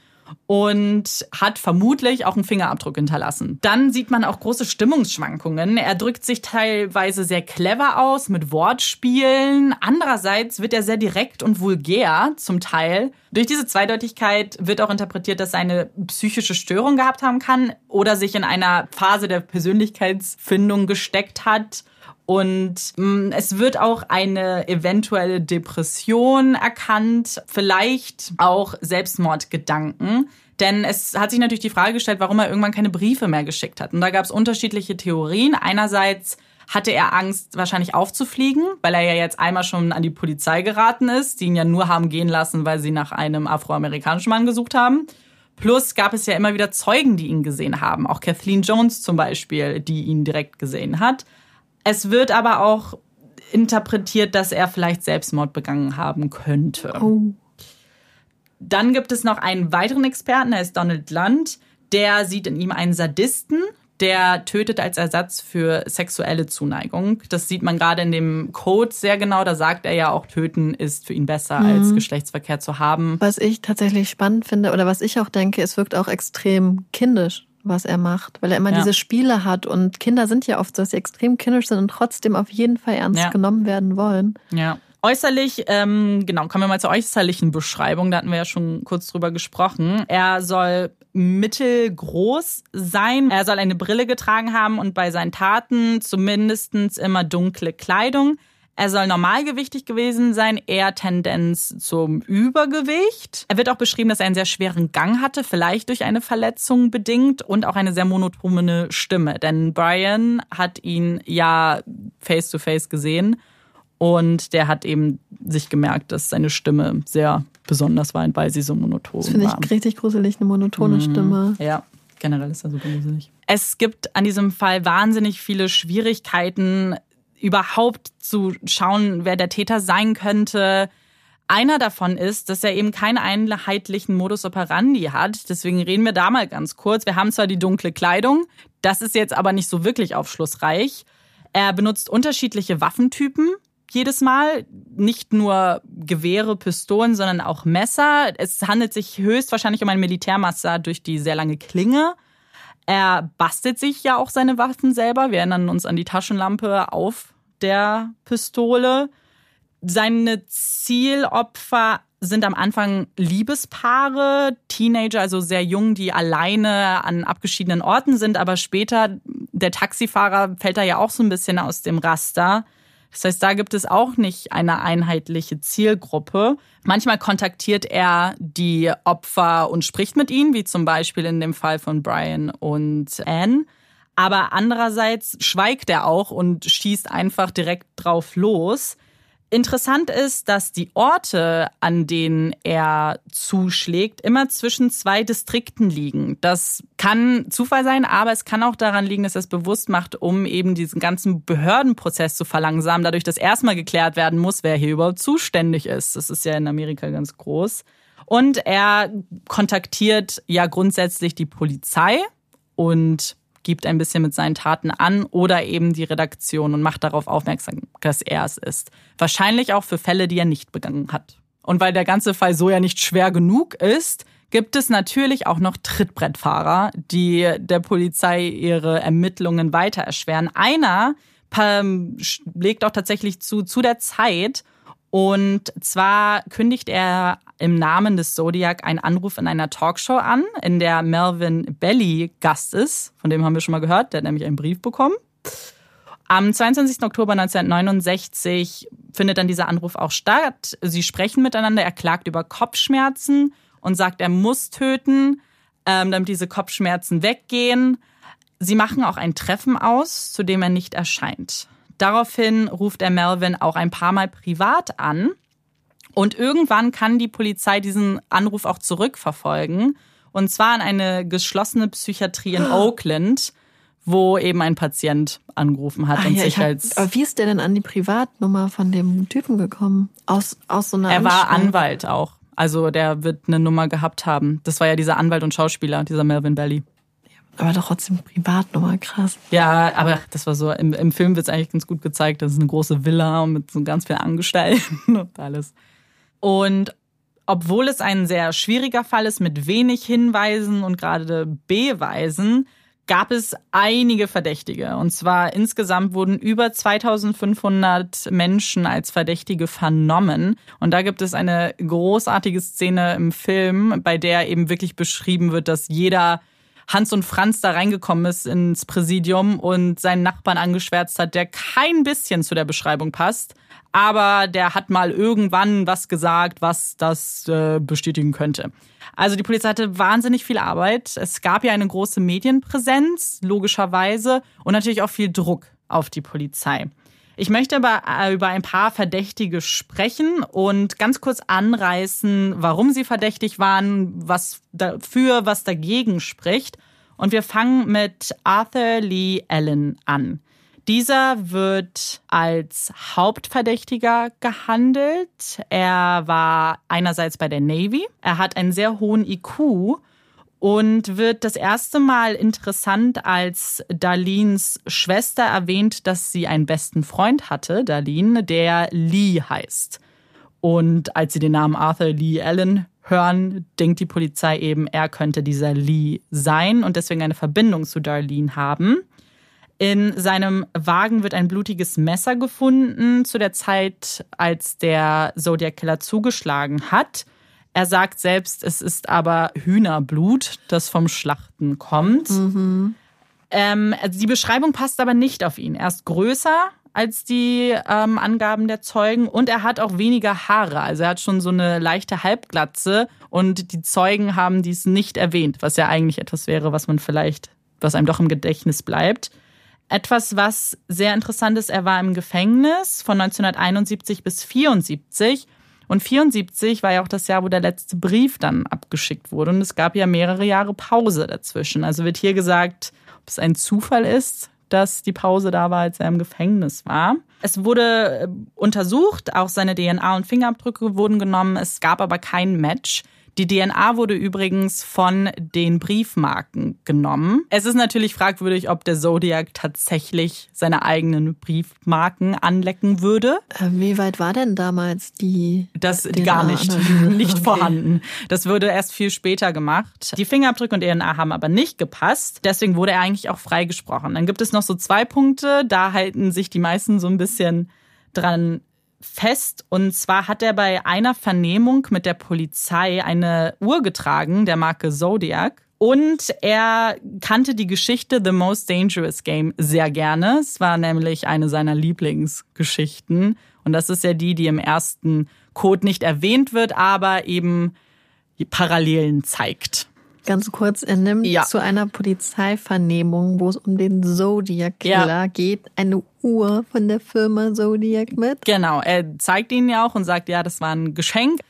und hat vermutlich auch einen Fingerabdruck hinterlassen. Dann sieht man auch große Stimmungsschwankungen. Er drückt sich teilweise sehr clever aus mit Wortspielen. Andererseits wird er sehr direkt und vulgär zum Teil. Durch diese Zweideutigkeit wird auch interpretiert, dass er eine psychische Störung gehabt haben kann oder sich in einer Phase der Persönlichkeitsfindung gesteckt hat. Und es wird auch eine eventuelle Depression erkannt, vielleicht auch Selbstmordgedanken. Denn es hat sich natürlich die Frage gestellt, warum er irgendwann keine Briefe mehr geschickt hat. Und da gab es unterschiedliche Theorien. Einerseits hatte er Angst, wahrscheinlich aufzufliegen, weil er ja jetzt einmal schon an die Polizei geraten ist, die ihn ja nur haben gehen lassen, weil sie nach einem afroamerikanischen Mann gesucht haben. Plus gab es ja immer wieder Zeugen, die ihn gesehen haben. Auch Kathleen Jones zum Beispiel, die ihn direkt gesehen hat. Es wird aber auch interpretiert, dass er vielleicht Selbstmord begangen haben könnte. Oh. Dann gibt es noch einen weiteren Experten, der ist Donald Lund. Der sieht in ihm einen Sadisten, der tötet als Ersatz für sexuelle Zuneigung. Das sieht man gerade in dem Code sehr genau. Da sagt er ja auch, töten ist für ihn besser, als Geschlechtsverkehr zu haben. Was ich tatsächlich spannend finde oder was ich auch denke, es wirkt auch extrem kindisch, was er macht, weil er immer diese Spiele hat und Kinder sind ja oft so, dass sie extrem kindisch sind und trotzdem auf jeden Fall ernst genommen werden wollen. Ja. Äußerlich, kommen wir mal zur äußerlichen Beschreibung, da hatten wir ja schon kurz drüber gesprochen. Er soll mittelgroß sein, er soll eine Brille getragen haben und bei seinen Taten zumindest immer dunkle Kleidung. Er soll normalgewichtig gewesen sein, eher Tendenz zum Übergewicht. Er wird auch beschrieben, dass er einen sehr schweren Gang hatte, vielleicht durch eine Verletzung bedingt und auch eine sehr monotone Stimme. Denn Brian hat ihn ja face-to-face gesehen und der hat eben sich gemerkt, dass seine Stimme sehr besonders war, weil sie so monoton war. Das finde ich richtig gruselig, eine monotone Stimme. Ja, generell ist er super gruselig. Es gibt an diesem Fall wahnsinnig viele Schwierigkeiten, überhaupt zu schauen, wer der Täter sein könnte. Einer davon ist, dass er eben keinen einheitlichen Modus operandi hat. Deswegen reden wir da mal ganz kurz. Wir haben zwar die dunkle Kleidung, das ist jetzt aber nicht so wirklich aufschlussreich. Er benutzt unterschiedliche Waffentypen jedes Mal. Nicht nur Gewehre, Pistolen, sondern auch Messer. Es handelt sich höchstwahrscheinlich um ein Militärmesser durch die sehr lange Klinge. Er bastelt sich ja auch seine Waffen selber. Wir erinnern uns an die Taschenlampe auf der Pistole. Seine Zielopfer sind am Anfang Liebespaare, Teenager, also sehr jung, die alleine an abgeschiedenen Orten sind. Aber später, der Taxifahrer fällt da ja auch so ein bisschen aus dem Raster. Das heißt, da gibt es auch nicht eine einheitliche Zielgruppe. Manchmal kontaktiert er die Opfer und spricht mit ihnen, wie zum Beispiel in dem Fall von Brian und Anne. Aber andererseits schweigt er auch und schießt einfach direkt drauf los. Interessant ist, dass die Orte, an denen er zuschlägt, immer zwischen 2 Distrikten liegen. Das kann Zufall sein, aber es kann auch daran liegen, dass er es bewusst macht, um eben diesen ganzen Behördenprozess zu verlangsamen, dadurch, dass erstmal geklärt werden muss, wer hier überhaupt zuständig ist. Das ist ja in Amerika ganz groß. Und er kontaktiert ja grundsätzlich die Polizei und gibt ein bisschen mit seinen Taten an oder eben die Redaktion und macht darauf aufmerksam, dass er es ist. Wahrscheinlich auch für Fälle, die er nicht begangen hat. Und weil der ganze Fall so ja nicht schwer genug ist, gibt es natürlich auch noch Trittbrettfahrer, die der Polizei ihre Ermittlungen weiter erschweren. Einer legt auch tatsächlich zu der Zeit. Und zwar kündigt er im Namen des Zodiac einen Anruf in einer Talkshow an, in der Melvin Belli Gast ist. Von dem haben wir schon mal gehört, der hat nämlich einen Brief bekommen. Am 22. Oktober 1969 findet dann dieser Anruf auch statt. Sie sprechen miteinander, er klagt über Kopfschmerzen und sagt, er muss töten, damit diese Kopfschmerzen weggehen. Sie machen auch ein Treffen aus, zu dem er nicht erscheint. Daraufhin ruft er Melvin auch ein paar Mal privat an. Und irgendwann kann die Polizei diesen Anruf auch zurückverfolgen. Und zwar an eine geschlossene Psychiatrie in Oakland, wo eben ein Patient angerufen hat. Und sich aber wie ist der denn an die Privatnummer von dem Typen gekommen? Aus so einer Er war Anwalt auch. Also der wird eine Nummer gehabt haben. Das war ja dieser Anwalt und Schauspieler, dieser Melvin Belli. Aber doch trotzdem Privatnummer, krass. Ja, aber das war so, im Film wird es eigentlich ganz gut gezeigt, das ist eine große Villa mit so ganz vielen Angestellten und alles. Und obwohl es ein sehr schwieriger Fall ist mit wenig Hinweisen und gerade Beweisen, gab es einige Verdächtige. Und zwar insgesamt wurden über 2500 Menschen als Verdächtige vernommen. Und da gibt es eine großartige Szene im Film, bei der eben wirklich beschrieben wird, dass jeder Hans und Franz da reingekommen ist ins Präsidium und seinen Nachbarn angeschwärzt hat, der kein bisschen zu der Beschreibung passt. Aber der hat mal irgendwann was gesagt, was das bestätigen könnte. Also die Polizei hatte wahnsinnig viel Arbeit. Es gab ja eine große Medienpräsenz, logischerweise, und natürlich auch viel Druck auf die Polizei. Ich möchte aber über ein paar Verdächtige sprechen und ganz kurz anreißen, warum sie verdächtig waren, was dafür, was dagegen spricht. Und wir fangen mit Arthur Lee Allen an. Dieser wird als Hauptverdächtiger gehandelt. Er war einerseits bei der Navy. Er hat einen sehr hohen IQ und wird das erste Mal interessant, als Darlenes Schwester erwähnt, dass sie einen besten Freund hatte, Darlene, der Lee heißt. Und als sie den Namen Arthur Lee Allen hören, denkt die Polizei eben, er könnte dieser Lee sein und deswegen eine Verbindung zu Darlene haben. In seinem Wagen wird ein blutiges Messer gefunden, zu der Zeit, als der Zodiac Killer zugeschlagen hat. Er sagt selbst, es ist aber Hühnerblut, das vom Schlachten kommt. Mhm. Die Beschreibung passt aber nicht auf ihn. Er ist größer als die Angaben der Zeugen und er hat auch weniger Haare. Also er hat schon so eine leichte Halbglatze und die Zeugen haben dies nicht erwähnt, was ja eigentlich etwas wäre, was einem doch im Gedächtnis bleibt. Etwas, was sehr interessant ist, er war im Gefängnis von 1971 bis 1974. Und 1974 war ja auch das Jahr, wo der letzte Brief dann abgeschickt wurde. Und es gab ja mehrere Jahre Pause dazwischen. Also wird hier gesagt, es ein Zufall ist, dass die Pause da war, als er im Gefängnis war. Es wurde untersucht, auch seine DNA und Fingerabdrücke wurden genommen. Es gab aber kein Match. Die DNA wurde übrigens von den Briefmarken genommen. Es ist natürlich fragwürdig, ob der Zodiac tatsächlich seine eigenen Briefmarken anlecken würde. Wie weit war denn damals die Das DNA gar nicht, nicht Okay. vorhanden. Das wurde erst viel später gemacht. Die Fingerabdrücke und DNA haben aber nicht gepasst. Deswegen wurde er eigentlich auch freigesprochen. Dann gibt es noch so 2 Punkte, da halten sich die meisten so ein bisschen dran fest. Und zwar hat er bei einer Vernehmung mit der Polizei eine Uhr getragen, der Marke Zodiac. Und er kannte die Geschichte The Most Dangerous Game sehr gerne. Es war nämlich eine seiner Lieblingsgeschichten. Und das ist ja die im ersten Code nicht erwähnt wird, aber eben die Parallelen zeigt. Ganz kurz, er nimmt zu einer Polizeivernehmung, wo es um den Zodiac-Killer geht, eine Uhr von der Firma Zodiac mit. Genau, er zeigt ihnen ja auch und sagt, ja, das war ein Geschenk.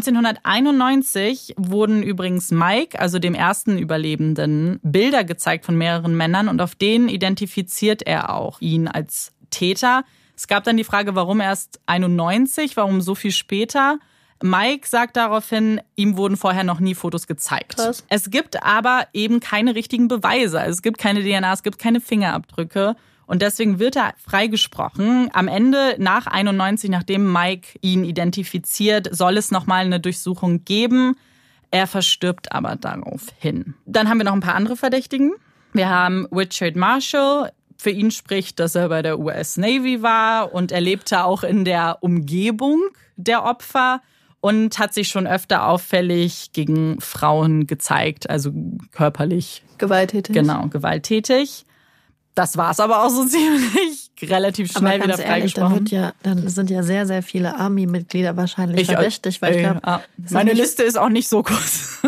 1991 wurden übrigens Mike, also dem ersten Überlebenden, Bilder gezeigt von mehreren Männern und auf denen identifiziert er auch ihn als Täter. Es gab dann die Frage, warum erst 91, warum so viel später? Mike sagt daraufhin, ihm wurden vorher noch nie Fotos gezeigt. Krass. Es gibt aber eben keine richtigen Beweise. Es gibt keine DNA, es gibt keine Fingerabdrücke. Und deswegen wird er freigesprochen. Am Ende, nach 91, nachdem Mike ihn identifiziert, soll es nochmal eine Durchsuchung geben. Er verstirbt aber daraufhin. Dann haben wir noch ein paar andere Verdächtigen. Wir haben Richard Marshall. Für ihn spricht, dass er bei der US Navy war und er lebte auch in der Umgebung der Opfer und hat sich schon öfter auffällig gegen Frauen gezeigt, also körperlich. Gewalttätig. Genau, gewalttätig. Das war es aber auch so ziemlich relativ schnell wieder freigesprochen. Dann sind ja sehr, sehr viele Army-Mitglieder wahrscheinlich verdächtig, weil ich glaube, meine Liste ist auch nicht so groß.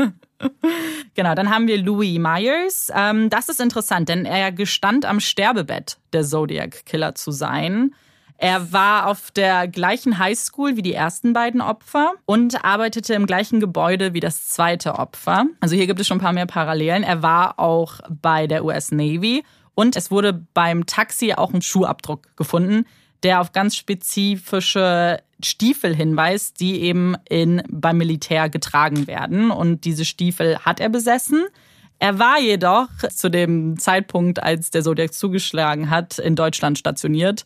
Genau, dann haben wir Louis Myers. Das ist interessant, denn er gestand am Sterbebett, der Zodiac-Killer zu sein. Er war auf der gleichen Highschool wie die ersten beiden Opfer und arbeitete im gleichen Gebäude wie das zweite Opfer. Also hier gibt es schon ein paar mehr Parallelen. Er war auch bei der US Navy und es wurde beim Taxi auch ein Schuhabdruck gefunden, der auf ganz spezifische Stiefel hinweist, die eben beim Militär getragen werden. Und diese Stiefel hat er besessen. Er war jedoch zu dem Zeitpunkt, als der Zodiac zugeschlagen hat, in Deutschland stationiert.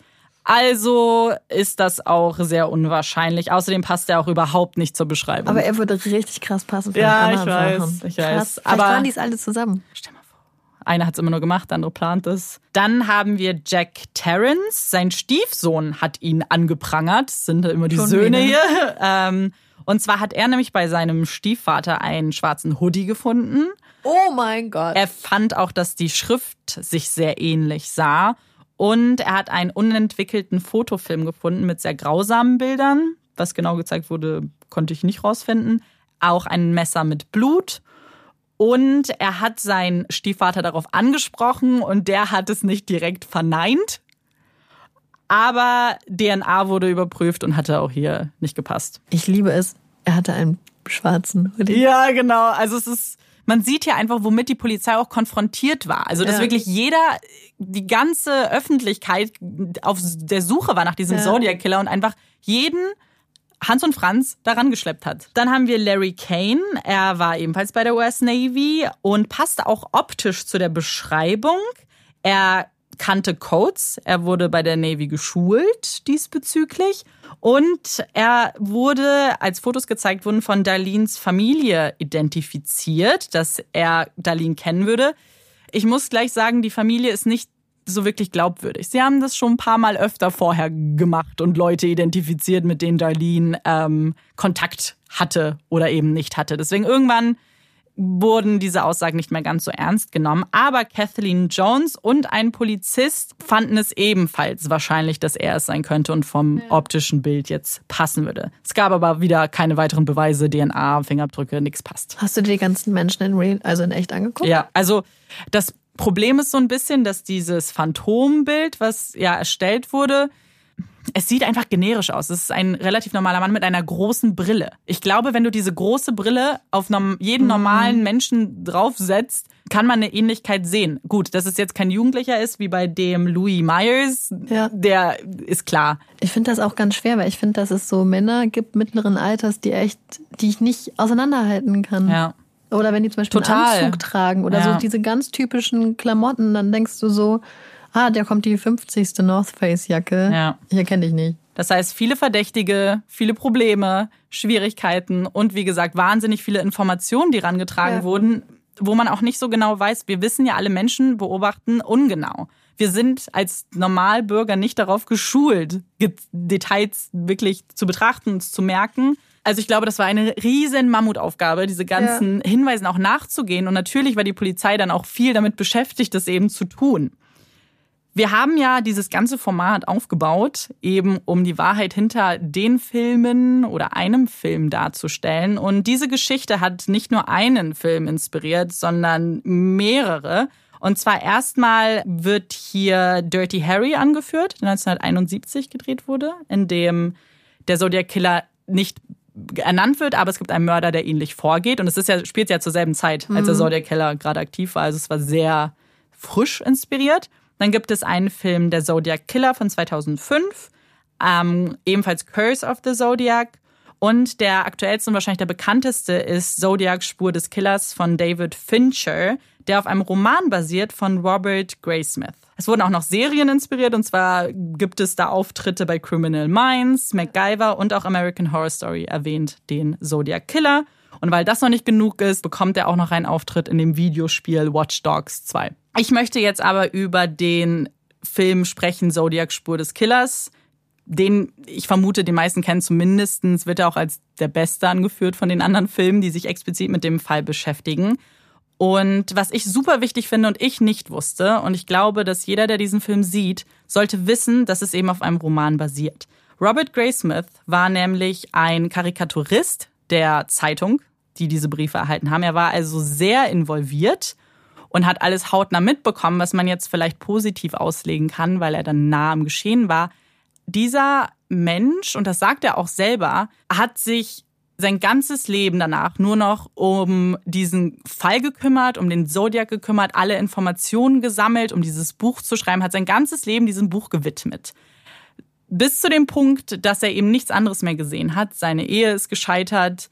Also ist das auch sehr unwahrscheinlich. Außerdem passt er auch überhaupt nicht zur Beschreibung. Aber er würde richtig krass passen für ja, die anderen Sachen. Ich weiß. Krass. Aber vielleicht waren die es alle zusammen. Stell mal vor. Einer hat es immer nur gemacht, der andere plant es. Dann haben wir Jack Terrence. Sein Stiefsohn hat ihn angeprangert. Das sind immer die Söhne hier. Und zwar hat er nämlich bei seinem Stiefvater einen schwarzen Hoodie gefunden. Oh mein Gott. Er fand auch, dass die Schrift sich sehr ähnlich sah. Und er hat einen unentwickelten Fotofilm gefunden mit sehr grausamen Bildern. Was genau gezeigt wurde, konnte ich nicht rausfinden. Auch ein Messer mit Blut. Und er hat seinen Stiefvater darauf angesprochen und der hat es nicht direkt verneint. Aber DNA wurde überprüft und hatte auch hier nicht gepasst. Ich liebe es. Er hatte einen schwarzen Hoodie. Ja, genau. Also man sieht hier einfach, womit die Polizei auch konfrontiert war. Also, dass wirklich die ganze Öffentlichkeit auf der Suche war nach diesem Zodiac-Killer und einfach jeden Hans und Franz daran geschleppt hat. Dann haben wir Larry Kane. Er war ebenfalls bei der US Navy und passte auch optisch zu der Beschreibung. Er kannte Codes. Er wurde bei der Navy geschult diesbezüglich. Und er wurde, als Fotos gezeigt wurden, von Darlenes Familie identifiziert, dass er Darlene kennen würde. Ich muss gleich sagen, die Familie ist nicht so wirklich glaubwürdig. Sie haben das schon ein paar Mal öfter vorher gemacht und Leute identifiziert, mit denen Darlene Kontakt hatte oder eben nicht hatte. Deswegen irgendwann wurden diese Aussagen nicht mehr ganz so ernst genommen. Aber Kathleen Jones und ein Polizist fanden es ebenfalls wahrscheinlich, dass er es sein könnte und vom optischen Bild jetzt passen würde. Es gab aber wieder keine weiteren Beweise, DNA, Fingerabdrücke, nichts passt. Hast du dir die ganzen Menschen in echt angeguckt? Ja, also das Problem ist so ein bisschen, dass dieses Phantombild, was ja erstellt wurde, es sieht einfach generisch aus. Es ist ein relativ normaler Mann mit einer großen Brille. Ich glaube, wenn du diese große Brille auf jeden normalen Menschen draufsetzt, kann man eine Ähnlichkeit sehen. Gut, dass es jetzt kein Jugendlicher ist, wie bei dem Louis Myers, der ist klar. Ich finde das auch ganz schwer, weil ich finde, dass es so Männer gibt mittleren Alters, die ich nicht auseinanderhalten kann. Ja. Oder wenn die zum Beispiel einen Anzug tragen oder so diese ganz typischen Klamotten, dann denkst du so, der kommt die 50. North Face Jacke. Ja. Ich erkenne dich nicht. Das heißt, viele Verdächtige, viele Probleme, Schwierigkeiten und wie gesagt, wahnsinnig viele Informationen, die rangetragen wurden, wo man auch nicht so genau weiß. Wir wissen ja, alle Menschen beobachten ungenau. Wir sind als Normalbürger nicht darauf geschult, Details wirklich zu betrachten und zu merken. Also ich glaube, das war eine riesen Mammutaufgabe, diese ganzen Hinweisen auch nachzugehen. Und natürlich war die Polizei dann auch viel damit beschäftigt, das eben zu tun. Wir haben ja dieses ganze Format aufgebaut, eben um die Wahrheit hinter den Filmen oder einem Film darzustellen. Und diese Geschichte hat nicht nur einen Film inspiriert, sondern mehrere. Und zwar erstmal wird hier Dirty Harry angeführt, der 1971 gedreht wurde, in dem der Zodiac Killer nicht ernannt wird, aber es gibt einen Mörder, der ähnlich vorgeht. Und es spielt ja zur selben Zeit, als der Zodiac Killer gerade aktiv war. Also es war sehr frisch inspiriert. Dann gibt es einen Film, der Zodiac Killer von 2005, ebenfalls Curse of the Zodiac. Und der aktuellste und wahrscheinlich der bekannteste ist Zodiac Spur des Killers von David Fincher, der auf einem Roman basiert von Robert Graysmith. Es wurden auch noch Serien inspiriert, und zwar gibt es da Auftritte bei Criminal Minds, MacGyver und auch American Horror Story erwähnt den Zodiac Killer. Und weil das noch nicht genug ist, bekommt er auch noch einen Auftritt in dem Videospiel Watch Dogs 2. Ich möchte jetzt aber über den Film sprechen, Zodiac Spur des Killers. Den, ich vermute, die meisten kennen zumindest, wird er auch als der Beste angeführt von den anderen Filmen, die sich explizit mit dem Fall beschäftigen. Und was ich super wichtig finde und ich nicht wusste, und ich glaube, dass jeder, der diesen Film sieht, sollte wissen, dass es eben auf einem Roman basiert. Robert Graysmith war nämlich ein Karikaturist der Zeitung, die diese Briefe erhalten haben. Er war also sehr involviert und hat alles hautnah mitbekommen, was man jetzt vielleicht positiv auslegen kann, weil er dann nah am Geschehen war. Dieser Mensch, und das sagt er auch selber, hat sich sein ganzes Leben danach nur noch um diesen Fall gekümmert, um den Zodiac gekümmert, alle Informationen gesammelt, um dieses Buch zu schreiben, hat sein ganzes Leben diesem Buch gewidmet. Bis zu dem Punkt, dass er eben nichts anderes mehr gesehen hat. Seine Ehe ist gescheitert.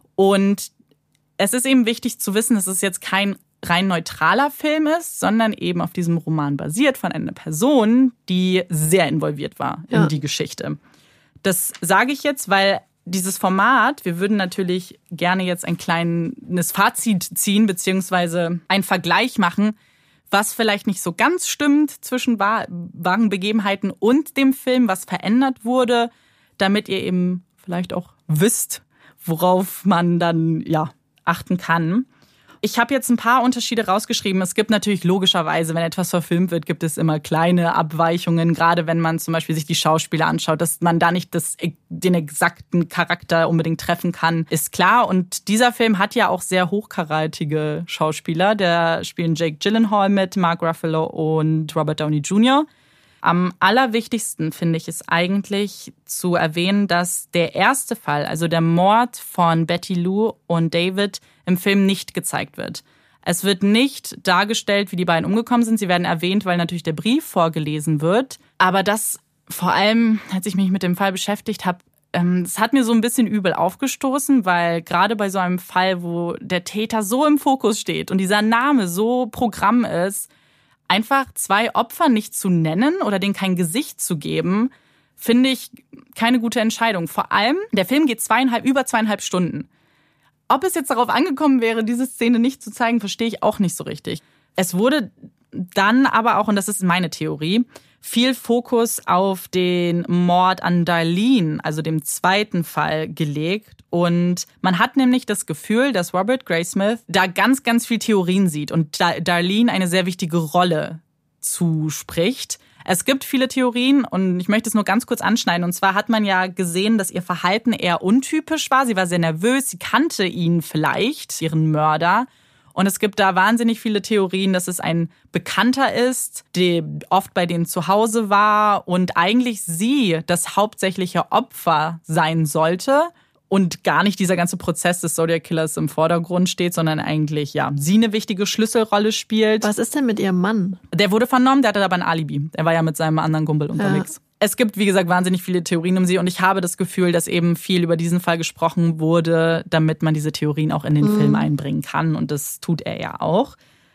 Und es ist eben wichtig zu wissen, dass es jetzt kein rein neutraler Film ist, sondern eben auf diesem Roman basiert von einer Person, die sehr involviert war in die Geschichte. Das sage ich jetzt, weil dieses Format, wir würden natürlich gerne jetzt ein kleines Fazit ziehen, beziehungsweise einen Vergleich machen, was vielleicht nicht so ganz stimmt zwischen wahren Begebenheiten und dem Film, was verändert wurde, damit ihr eben vielleicht auch wisst, worauf man dann achten kann. Ich habe jetzt ein paar Unterschiede rausgeschrieben. Es gibt natürlich logischerweise, wenn etwas verfilmt wird, gibt es immer kleine Abweichungen, gerade wenn man zum Beispiel sich die Schauspieler anschaut, dass man da nicht den exakten Charakter unbedingt treffen kann, ist klar. Und dieser Film hat ja auch sehr hochkarätige Schauspieler. Da spielen Jake Gyllenhaal mit, Mark Ruffalo und Robert Downey Jr. Am allerwichtigsten finde ich es eigentlich zu erwähnen, dass der erste Fall, also der Mord von Betty Lou und David, im Film nicht gezeigt wird. Es wird nicht dargestellt, wie die beiden umgekommen sind. Sie werden erwähnt, weil natürlich der Brief vorgelesen wird. Aber das, vor allem, als ich mich mit dem Fall beschäftigt habe, es hat mir so ein bisschen übel aufgestoßen, weil gerade bei so einem Fall, wo der Täter so im Fokus steht und dieser Name so Programm ist, einfach 2 Opfer nicht zu nennen oder denen kein Gesicht zu geben, finde ich keine gute Entscheidung. Vor allem, der Film geht über 2,5 Stunden. Ob es jetzt darauf angekommen wäre, diese Szene nicht zu zeigen, verstehe ich auch nicht so richtig. Es wurde dann aber auch, und das ist meine Theorie, viel Fokus auf den Mord an Darlene, also dem zweiten Fall, gelegt. Und man hat nämlich das Gefühl, dass Robert Graysmith da ganz, ganz viel Theorien sieht und Darlene eine sehr wichtige Rolle zuspricht. Es gibt viele Theorien und ich möchte es nur ganz kurz anschneiden. Und zwar hat man ja gesehen, dass ihr Verhalten eher untypisch war. Sie war sehr nervös, sie kannte ihn vielleicht, ihren Mörder. Und es gibt da wahnsinnig viele Theorien, dass es ein Bekannter ist, der oft bei denen zu Hause war und eigentlich sie das hauptsächliche Opfer sein sollte und gar nicht dieser ganze Prozess des Zodiac Killers im Vordergrund steht, sondern eigentlich sie eine wichtige Schlüsselrolle spielt. Was ist denn mit ihrem Mann? Der wurde vernommen, der hatte aber ein Alibi. Er war ja mit seinem anderen Kumpel unterwegs. Ja. Es gibt, wie gesagt, wahnsinnig viele Theorien um sie und ich habe das Gefühl, dass eben viel über diesen Fall gesprochen wurde, damit man diese Theorien auch in den Film einbringen kann und das tut er ja auch.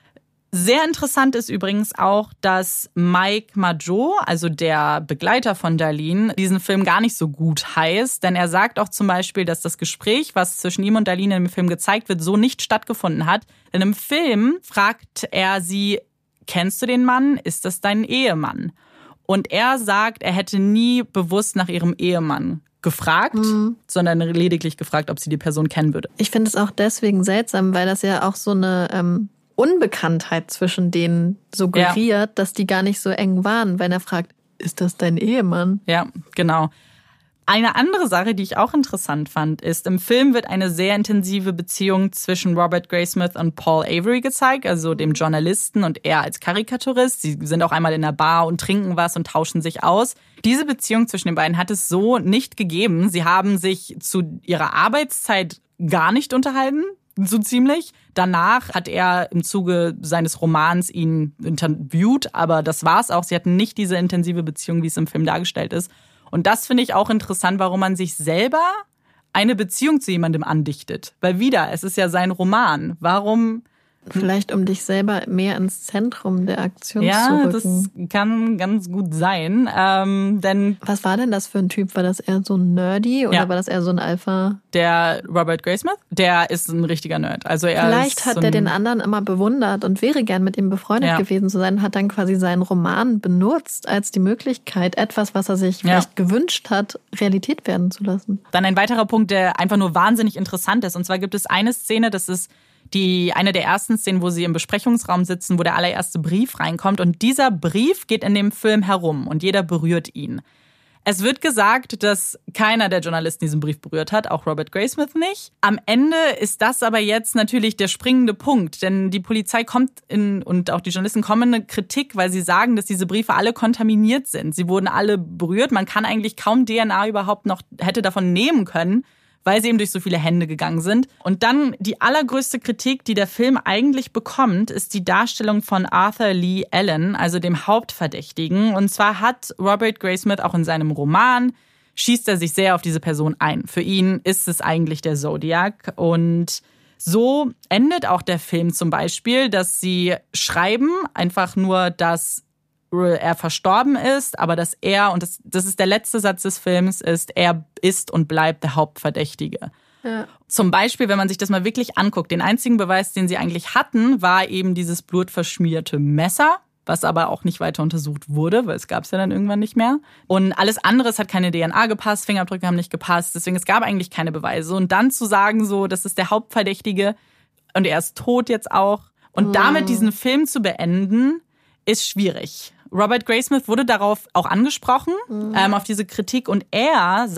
Sehr interessant ist übrigens auch, dass Mike Mageau, also der Begleiter von Darlene, diesen Film gar nicht so gut heißt, denn er sagt auch zum Beispiel, dass das Gespräch, was zwischen ihm und Darlene im Film gezeigt wird, so nicht stattgefunden hat. Denn im Film fragt er sie, kennst du den Mann? Ist das dein Ehemann? Und er sagt, er hätte nie bewusst nach ihrem Ehemann gefragt, sondern lediglich gefragt, ob sie die Person kennen würde. Ich finde es auch deswegen seltsam, weil das ja auch so eine Unbekanntheit zwischen denen suggeriert, dass die gar nicht so eng waren, wenn er fragt, ist das dein Ehemann? Ja, genau. Eine andere Sache, die ich auch interessant fand, ist, im Film wird eine sehr intensive Beziehung zwischen Robert Graysmith und Paul Avery gezeigt, also dem Journalisten und er als Karikaturist. Sie sind auch einmal in der Bar und trinken was und tauschen sich aus. Diese Beziehung zwischen den beiden hat es so nicht gegeben. Sie haben sich zu ihrer Arbeitszeit gar nicht unterhalten, so ziemlich. Danach hat er im Zuge seines Romans ihn interviewt, aber das war's auch. Sie hatten nicht diese intensive Beziehung, wie es im Film dargestellt ist. Und das finde ich auch interessant, warum man sich selber eine Beziehung zu jemandem andichtet. Weil es ist ja sein Roman. Warum? Vielleicht um dich selber mehr ins Zentrum der Aktion zu rücken. Ja, das kann ganz gut sein. Denn was war denn das für ein Typ? War das eher so ein Nerdy oder war das eher so ein Alpha? Der Robert Graysmith, der ist ein richtiger Nerd. Also vielleicht hat er den anderen immer bewundert und wäre gern mit ihm befreundet gewesen zu sein, hat dann quasi seinen Roman benutzt als die Möglichkeit, etwas, was er sich vielleicht gewünscht hat, Realität werden zu lassen. Dann ein weiterer Punkt, der einfach nur wahnsinnig interessant ist. Und zwar gibt es eine Szene, das ist eine der ersten Szenen, wo sie im Besprechungsraum sitzen, wo der allererste Brief reinkommt. Und dieser Brief geht in dem Film herum und jeder berührt ihn. Es wird gesagt, dass keiner der Journalisten diesen Brief berührt hat, auch Robert Graysmith nicht. Am Ende ist das aber jetzt natürlich der springende Punkt, denn die Polizei kommt und auch die Journalisten kommen in eine Kritik, weil sie sagen, dass diese Briefe alle kontaminiert sind. Sie wurden alle berührt. Man kann eigentlich kaum DNA überhaupt noch hätte davon nehmen können, weil sie eben durch so viele Hände gegangen sind. Und dann die allergrößte Kritik, die der Film eigentlich bekommt, ist die Darstellung von Arthur Lee Allen, also dem Hauptverdächtigen. Und zwar hat Robert Graysmith auch in seinem Roman, schießt er sich sehr auf diese Person ein. Für ihn ist es eigentlich der Zodiac. Und so endet auch der Film zum Beispiel, dass sie schreiben einfach nur, dass er verstorben ist, aber dass er, und das ist der letzte Satz des Films, er ist und bleibt der Hauptverdächtige. Ja. Zum Beispiel, wenn man sich das mal wirklich anguckt, den einzigen Beweis, den sie eigentlich hatten, war eben dieses blutverschmierte Messer, was aber auch nicht weiter untersucht wurde, weil es gab es ja dann irgendwann nicht mehr. Und alles andere, es hat keine DNA gepasst, Fingerabdrücke haben nicht gepasst, deswegen es gab eigentlich keine Beweise. Und dann zu sagen, so, das ist der Hauptverdächtige und er ist tot jetzt auch. Und damit diesen Film zu beenden, ist schwierig. Robert Graysmith wurde darauf auch angesprochen, auf diese Kritik. Und er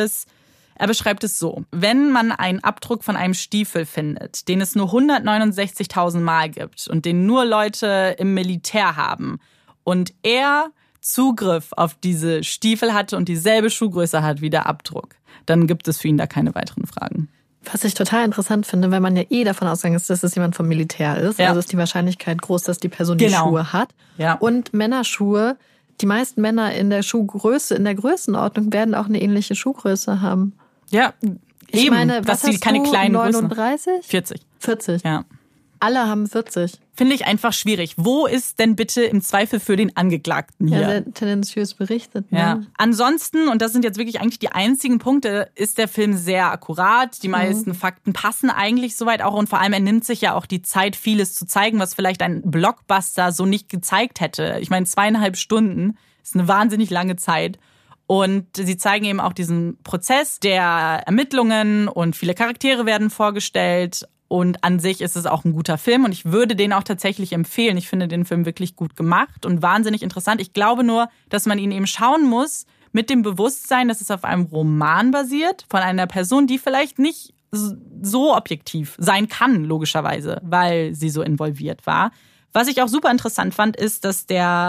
beschreibt es so. Wenn man einen Abdruck von einem Stiefel findet, den es nur 169.000 Mal gibt und den nur Leute im Militär haben und er Zugriff auf diese Stiefel hatte und dieselbe Schuhgröße hat wie der Abdruck, dann gibt es für ihn da keine weiteren Fragen. Was ich total interessant finde, weil man ja davon ausgegangen ist, dass es jemand vom Militär ist. Ja. Also ist die Wahrscheinlichkeit groß, dass die Person die Schuhe hat. Ja. Und Männerschuhe, die meisten Männer in der Schuhgröße, in der Größenordnung werden auch eine ähnliche Schuhgröße haben. Ja, ich meine, was hast keine du, kleinen 39? 40. 40. Ja. Alle haben 40. Finde ich einfach schwierig. Wo ist denn bitte im Zweifel für den Angeklagten hier? Ja, sehr tendenziös berichtet. Ne? Ja. Ansonsten, und das sind jetzt wirklich eigentlich die einzigen Punkte, ist der Film sehr akkurat. Die meisten Fakten passen eigentlich soweit auch. Und vor allem, er nimmt sich ja auch die Zeit, vieles zu zeigen, was vielleicht ein Blockbuster so nicht gezeigt hätte. Ich meine, 2,5 Stunden ist eine wahnsinnig lange Zeit. Und sie zeigen eben auch diesen Prozess der Ermittlungen und viele Charaktere werden vorgestellt. Und an sich ist es auch ein guter Film und ich würde den auch tatsächlich empfehlen. Ich finde den Film wirklich gut gemacht und wahnsinnig interessant. Ich glaube nur, dass man ihn eben schauen muss mit dem Bewusstsein, dass es auf einem Roman basiert von einer Person, die vielleicht nicht so objektiv sein kann, logischerweise, weil sie so involviert war. Was ich auch super interessant fand, ist, dass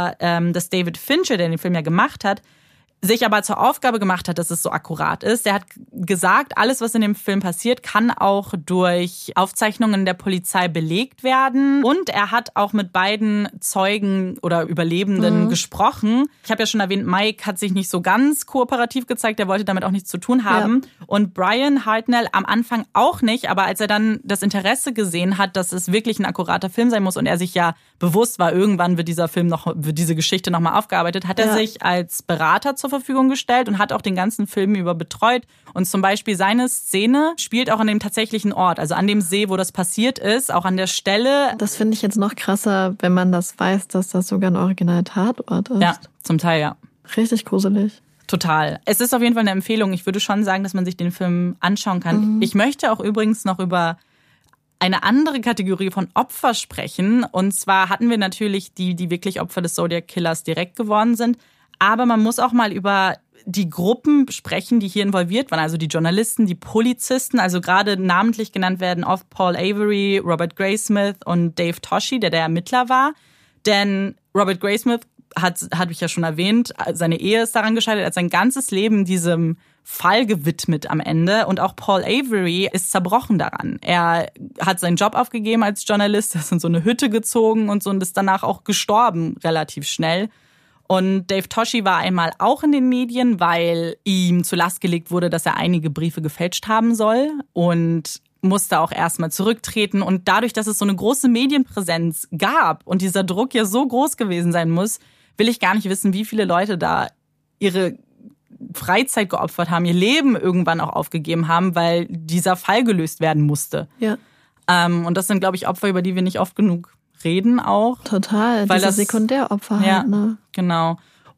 David Fincher, der den Film ja gemacht hat, sich aber zur Aufgabe gemacht hat, dass es so akkurat ist. Der hat gesagt, alles, was in dem Film passiert, kann auch durch Aufzeichnungen der Polizei belegt werden. Und er hat auch mit beiden Zeugen oder Überlebenden gesprochen. Ich habe ja schon erwähnt, Mike hat sich nicht so ganz kooperativ gezeigt. Der wollte damit auch nichts zu tun haben. Ja. Und Brian Hartnell am Anfang auch nicht. Aber als er dann das Interesse gesehen hat, dass es wirklich ein akkurater Film sein muss und er sich ja bewusst war, irgendwann wird diese Geschichte nochmal aufgearbeitet, hat er sich als Berater zur Verfügung gestellt und hat auch den ganzen Film über betreut. Und zum Beispiel seine Szene spielt auch an dem tatsächlichen Ort, also an dem See, wo das passiert ist, auch an der Stelle. Das finde ich jetzt noch krasser, wenn man das weiß, dass das sogar ein Original-Tatort ist. Ja, zum Teil, ja. Richtig gruselig. Total. Es ist auf jeden Fall eine Empfehlung. Ich würde schon sagen, dass man sich den Film anschauen kann. Ich möchte auch übrigens noch über eine andere Kategorie von Opfer sprechen. Und zwar hatten wir natürlich die wirklich Opfer des Zodiac Killers direkt geworden sind. Aber man muss auch mal über die Gruppen sprechen, die hier involviert waren. Also die Journalisten, die Polizisten, also gerade namentlich genannt werden oft Paul Avery, Robert Graysmith und Dave Toschi, der Ermittler war. Denn Robert Graysmith hatte ich ja schon erwähnt, seine Ehe ist daran gescheitert, er hat sein ganzes Leben diesem Fall gewidmet am Ende. Und auch Paul Avery ist zerbrochen daran. Er hat seinen Job aufgegeben als Journalist, ist in so eine Hütte gezogen und so und ist danach auch gestorben relativ schnell. Und Dave Toschi war einmal auch in den Medien, weil ihm zur Last gelegt wurde, dass er einige Briefe gefälscht haben soll und musste auch erstmal zurücktreten. Und dadurch, dass es so eine große Medienpräsenz gab und dieser Druck ja so groß gewesen sein muss, will ich gar nicht wissen, wie viele Leute da ihre Freizeit geopfert haben, ihr Leben irgendwann auch aufgegeben haben, weil dieser Fall gelöst werden musste. Ja. Und das sind, glaube ich, Opfer, über die wir nicht oft genug reden auch. Total, weil diese Sekundäropfer ja, halt, ne? Genau.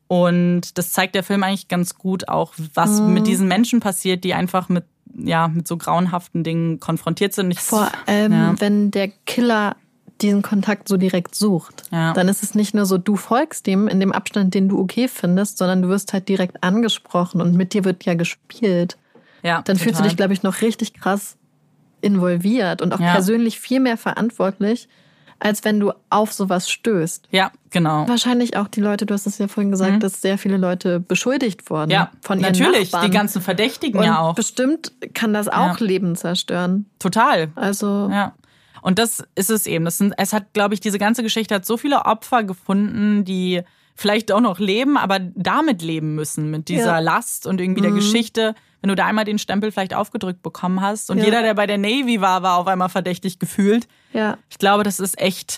Und das zeigt der Film eigentlich ganz gut auch, was mit diesen Menschen passiert, die einfach mit so grauenhaften Dingen konfrontiert sind. Vor allem, wenn der Killer diesen Kontakt so direkt sucht, dann ist es nicht nur so, du folgst ihm in dem Abstand, den du okay findest, sondern du wirst halt direkt angesprochen und mit dir wird ja gespielt. Ja, dann fühlst du dich, glaube ich, noch richtig krass involviert und auch persönlich viel mehr verantwortlich, als wenn du auf sowas stößt. Ja, genau. Wahrscheinlich auch die Leute, du hast es ja vorhin gesagt, dass sehr viele Leute beschuldigt wurden von ihren natürlich, Nachbarn. Die ganzen Verdächtigen und ja auch. Bestimmt kann das auch Leben zerstören. Total. Also ja. Und das ist es eben. Es hat, glaube ich, diese ganze Geschichte hat so viele Opfer gefunden, die vielleicht auch noch leben, aber damit leben müssen, mit dieser Last und irgendwie der Geschichte. Wenn du da einmal den Stempel vielleicht aufgedrückt bekommen hast und jeder, der bei der Navy war auf einmal verdächtig gefühlt. Ja. Ich glaube, das ist echt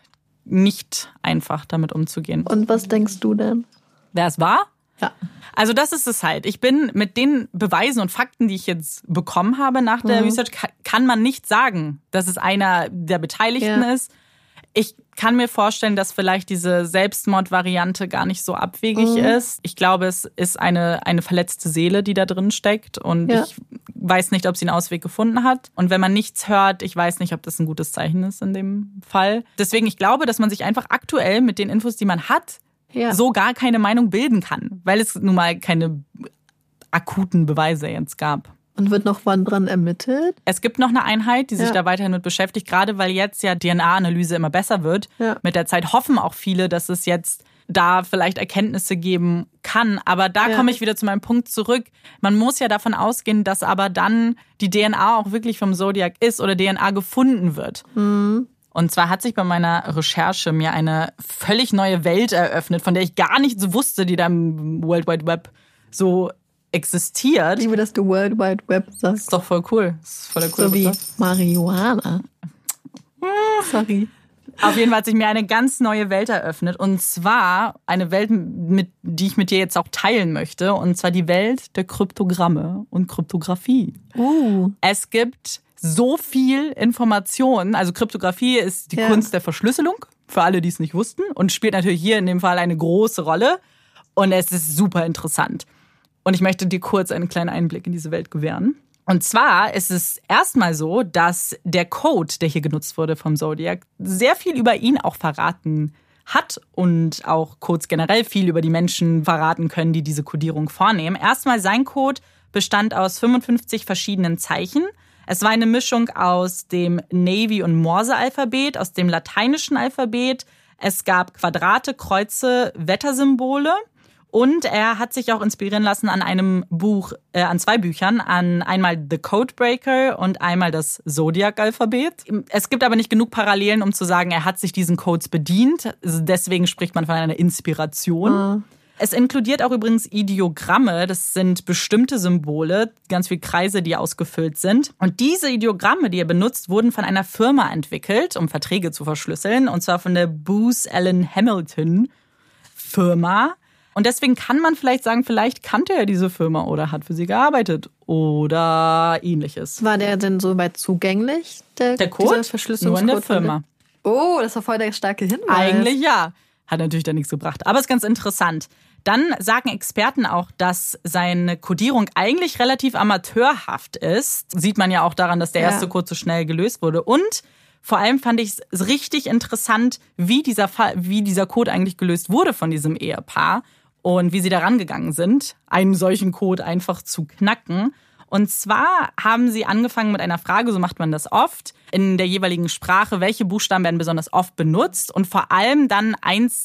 nicht einfach, damit umzugehen. Und was denkst du denn? Wer es war? Ja. Also das ist es halt. Ich bin mit den Beweisen und Fakten, die ich jetzt bekommen habe nach der Research, kann man nicht sagen, dass es einer der Beteiligten ist. Ich kann mir vorstellen, dass vielleicht diese Selbstmordvariante gar nicht so abwegig ist. Ich glaube, es ist eine verletzte Seele, die da drin steckt. Und ich weiß nicht, ob sie einen Ausweg gefunden hat. Und wenn man nichts hört, ich weiß nicht, ob das ein gutes Zeichen ist in dem Fall. Deswegen, ich glaube, dass man sich einfach aktuell mit den Infos, die man hat, so gar keine Meinung bilden kann. Weil es nun mal keine akuten Beweise jetzt gab. Und wird noch wann dran ermittelt? Es gibt noch eine Einheit, die sich da weiterhin mit beschäftigt, gerade weil jetzt ja DNA-Analyse immer besser wird. Ja. Mit der Zeit hoffen auch viele, dass es jetzt da vielleicht Erkenntnisse geben kann. Aber da komme ich wieder zu meinem Punkt zurück. Man muss ja davon ausgehen, dass aber dann die DNA auch wirklich vom Zodiac ist oder DNA gefunden wird. Und zwar hat sich bei meiner Recherche mir eine völlig neue Welt eröffnet, von der ich gar nichts wusste, die da im World Wide Web so existiert. Ich liebe, dass du World Wide Web sagst. Das ist doch voll cool. Das ist voll der coole so wie Marihuana. Sorry. Auf jeden Fall hat sich mir eine ganz neue Welt eröffnet. Und zwar eine Welt, die ich mit dir jetzt auch teilen möchte. Und zwar die Welt der Kryptogramme und Kryptographie. Es gibt so viel Information. Also Kryptographie ist die Kunst der Verschlüsselung, für alle, die es nicht wussten. Und spielt natürlich hier in dem Fall eine große Rolle. Und es ist super interessant. Und ich möchte dir kurz einen kleinen Einblick in diese Welt gewähren. Und zwar ist es erstmal so, dass der Code, der hier genutzt wurde vom Zodiac, sehr viel über ihn auch verraten hat und auch Codes generell viel über die Menschen verraten können, die diese Codierung vornehmen. Erstmal sein Code bestand aus 55 verschiedenen Zeichen. Es war eine Mischung aus dem Navy- und Morse-Alphabet, aus dem lateinischen Alphabet. Es gab Quadrate, Kreuze, Wettersymbole. Und er hat sich auch inspirieren lassen an einem Buch, an 2 Büchern, an einmal The Codebreaker und einmal das Zodiac-Alphabet. Es gibt aber nicht genug Parallelen, um zu sagen, er hat sich diesen Codes bedient. Deswegen spricht man von einer Inspiration. Es inkludiert auch übrigens Ideogramme. Das sind bestimmte Symbole, ganz viele Kreise, die ausgefüllt sind. Und diese Ideogramme, die er benutzt, wurden von einer Firma entwickelt, um Verträge zu verschlüsseln. Und zwar von der Booz Allen Hamilton Firma. Und deswegen kann man vielleicht sagen, vielleicht kannte er diese Firma oder hat für sie gearbeitet oder ähnliches. War der denn so weit zugänglich, der Code? Verschlüsselungscode? Nur in der Firma. Oh, das war voll der starke Hinweis. Eigentlich ja. Hat natürlich da nichts gebracht. Aber ist ganz interessant. Dann sagen Experten auch, dass seine Codierung eigentlich relativ amateurhaft ist. Sieht man ja auch daran, dass der erste Code so schnell gelöst wurde. Und vor allem fand ich es richtig interessant, wie dieser Code eigentlich gelöst wurde von diesem Ehepaar. Und wie sie da rangegangen sind, einen solchen Code einfach zu knacken. Und zwar haben sie angefangen mit einer Frage, so macht man das oft, in der jeweiligen Sprache, welche Buchstaben werden besonders oft benutzt und vor allem dann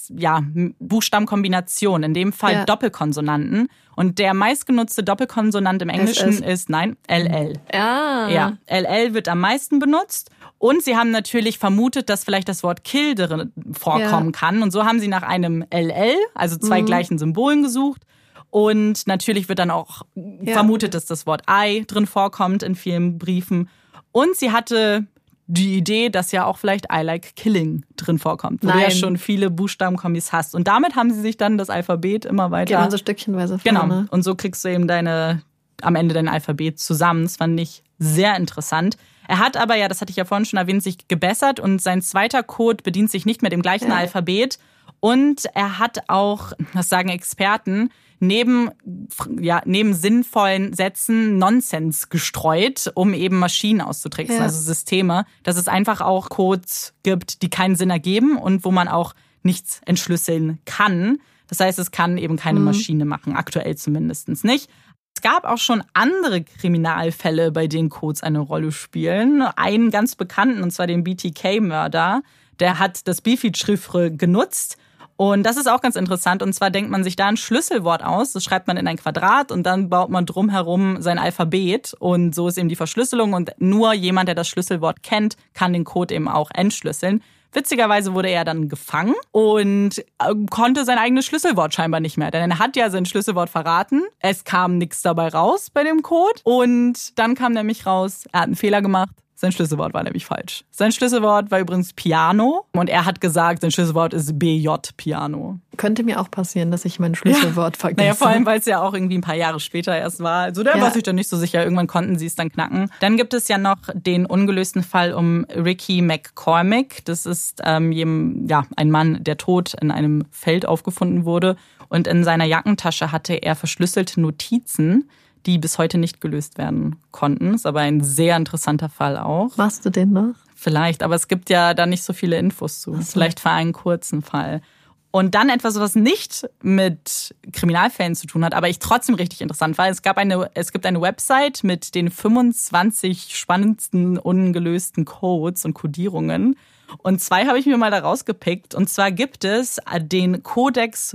Buchstabenkombination, in dem Fall Doppelkonsonanten. Und der meistgenutzte Doppelkonsonant im Englischen ist LL. Ja, LL wird am meisten benutzt. Und sie haben natürlich vermutet, dass vielleicht das Wort Kill drin vorkommen kann. Und so haben sie nach einem LL, also 2 gleichen Symbolen gesucht. Und natürlich wird dann auch vermutet, dass das Wort I drin vorkommt in vielen Briefen. Und sie hatte die Idee, dass ja auch vielleicht I like killing drin vorkommt, wo du ja schon viele Buchstabenkombis hast. Und damit haben sie sich dann das Alphabet immer weiter... Geht man so stückchenweise vor, Genau. Ne? Und so kriegst du eben am Ende dein Alphabet zusammen. Das fand ich sehr interessant. Er hat aber, das hatte ich ja vorhin schon erwähnt, sich gebessert und sein zweiter Code bedient sich nicht mehr dem gleichen Alphabet. Und er hat auch, das sagen Experten, neben sinnvollen Sätzen Nonsens gestreut, um eben Maschinen auszutricksen, also Systeme, dass es einfach auch Codes gibt, die keinen Sinn ergeben und wo man auch nichts entschlüsseln kann. Das heißt, es kann eben keine Maschine machen, aktuell zumindest nicht. Es gab auch schon andere Kriminalfälle, bei denen Codes eine Rolle spielen. Einen ganz bekannten, und zwar den BTK-Mörder, der hat das Bifid-Chiffre genutzt. Und das ist auch ganz interessant. Und zwar denkt man sich da ein Schlüsselwort aus. Das schreibt man in ein Quadrat und dann baut man drumherum sein Alphabet. Und so ist eben die Verschlüsselung. Und nur jemand, der das Schlüsselwort kennt, kann den Code eben auch entschlüsseln. Witzigerweise wurde er dann gefangen und konnte sein eigenes Schlüsselwort scheinbar nicht mehr. Denn er hat ja sein Schlüsselwort verraten. Es kam nichts dabei raus bei dem Code. Und dann kam nämlich raus, er hat einen Fehler gemacht. Sein Schlüsselwort war nämlich falsch. Sein Schlüsselwort war übrigens Piano. Und er hat gesagt, sein Schlüsselwort ist BJ Piano. Könnte mir auch passieren, dass ich mein Schlüsselwort vergesse. Naja, vor allem, weil es ja auch irgendwie ein paar Jahre später erst war. Also da war sich dann nicht so sicher. Irgendwann konnten sie es dann knacken. Dann gibt es ja noch den ungelösten Fall um Ricky McCormick. Das ist ein Mann, der tot in einem Feld aufgefunden wurde. Und in seiner Jackentasche hatte er verschlüsselte Notizen, die bis heute nicht gelöst werden konnten. Ist aber ein sehr interessanter Fall auch. Machst du den noch? Vielleicht, aber es gibt ja da nicht so viele Infos zu. Vielleicht für einen kurzen Fall. Und dann etwas, was nicht mit Kriminalfällen zu tun hat, aber ich trotzdem richtig interessant war. Es gibt eine Website mit den 25 spannendsten ungelösten Codes und Codierungen. Und 2 habe ich mir mal da rausgepickt. Und zwar gibt es den Codex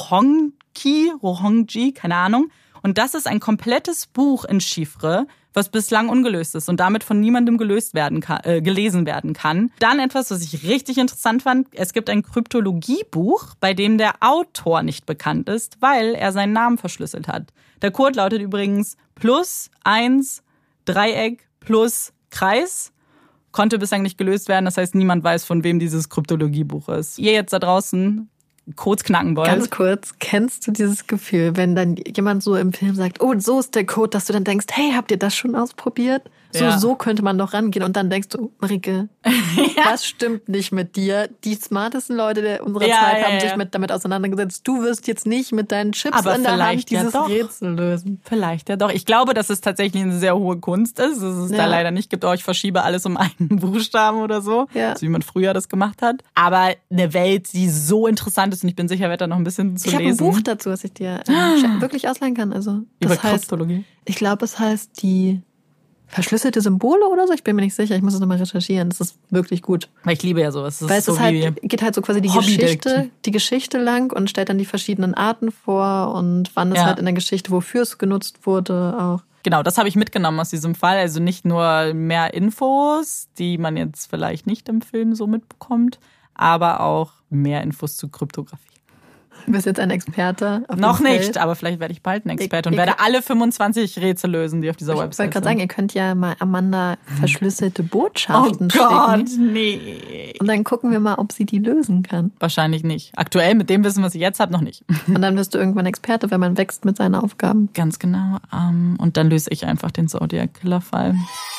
Rohongi, keine Ahnung. Und das ist ein komplettes Buch in Chiffre, was bislang ungelöst ist und damit von niemandem gelesen werden kann. Dann etwas, was ich richtig interessant fand. Es gibt ein Kryptologiebuch, bei dem der Autor nicht bekannt ist, weil er seinen Namen verschlüsselt hat. Der Code lautet übrigens +1 Dreieck plus Kreis. Konnte bislang nicht gelöst werden. Das heißt, niemand weiß, von wem dieses Kryptologiebuch ist. Ihr jetzt da draußen Codes knacken wollt. Ganz kurz, kennst du dieses Gefühl, wenn dann jemand so im Film sagt, oh, so ist der Code, dass du dann denkst, hey, habt ihr das schon ausprobiert? So könnte man doch rangehen. Und dann denkst du, Marike, was stimmt nicht mit dir? Die smartesten Leute unserer Zeit haben sich damit auseinandergesetzt. Du wirst jetzt nicht mit deinen Chips in der Hand dieses Rätsel lösen. Vielleicht ja doch. Ich glaube, dass es tatsächlich eine sehr hohe Kunst ist. Dass es da leider nicht gibt, ich verschiebe alles um einen Buchstaben oder so. Ja. So wie man früher das gemacht hat. Aber eine Welt, die so interessant ist, und ich bin sicher, werde da noch ein bisschen zu lesen. Ich habe ein Buch dazu, was ich dir wirklich ausleihen kann. Also, über Kryptologie? Ich glaube, es heißt die verschlüsselte Symbole oder so. Ich bin mir nicht sicher. Ich muss es nochmal recherchieren. Das ist wirklich gut. Weil ich liebe ja sowas. Weil es so ist halt, geht halt so quasi die Geschichte lang und stellt dann die verschiedenen Arten vor und wann es halt in der Geschichte, wofür es genutzt wurde auch. Genau, das habe ich mitgenommen aus diesem Fall. Also nicht nur mehr Infos, die man jetzt vielleicht nicht im Film so mitbekommt, aber auch mehr Infos zu Kryptographie. Du bist jetzt ein Experte? Noch nicht, aber vielleicht werde ich bald ein Experte und werde alle 25 Rätsel lösen, die auf dieser Website sind. Ich wollte gerade sagen, ihr könnt ja mal Amanda verschlüsselte Botschaften schicken. Oh Gott, nee. Und dann gucken wir mal, ob sie die lösen kann. Wahrscheinlich nicht. Aktuell mit dem Wissen, was ich jetzt habe, noch nicht. Und dann wirst du irgendwann Experte, wenn man wächst mit seinen Aufgaben. Ganz genau. Und dann löse ich einfach den Zodiac-Killer-Fall.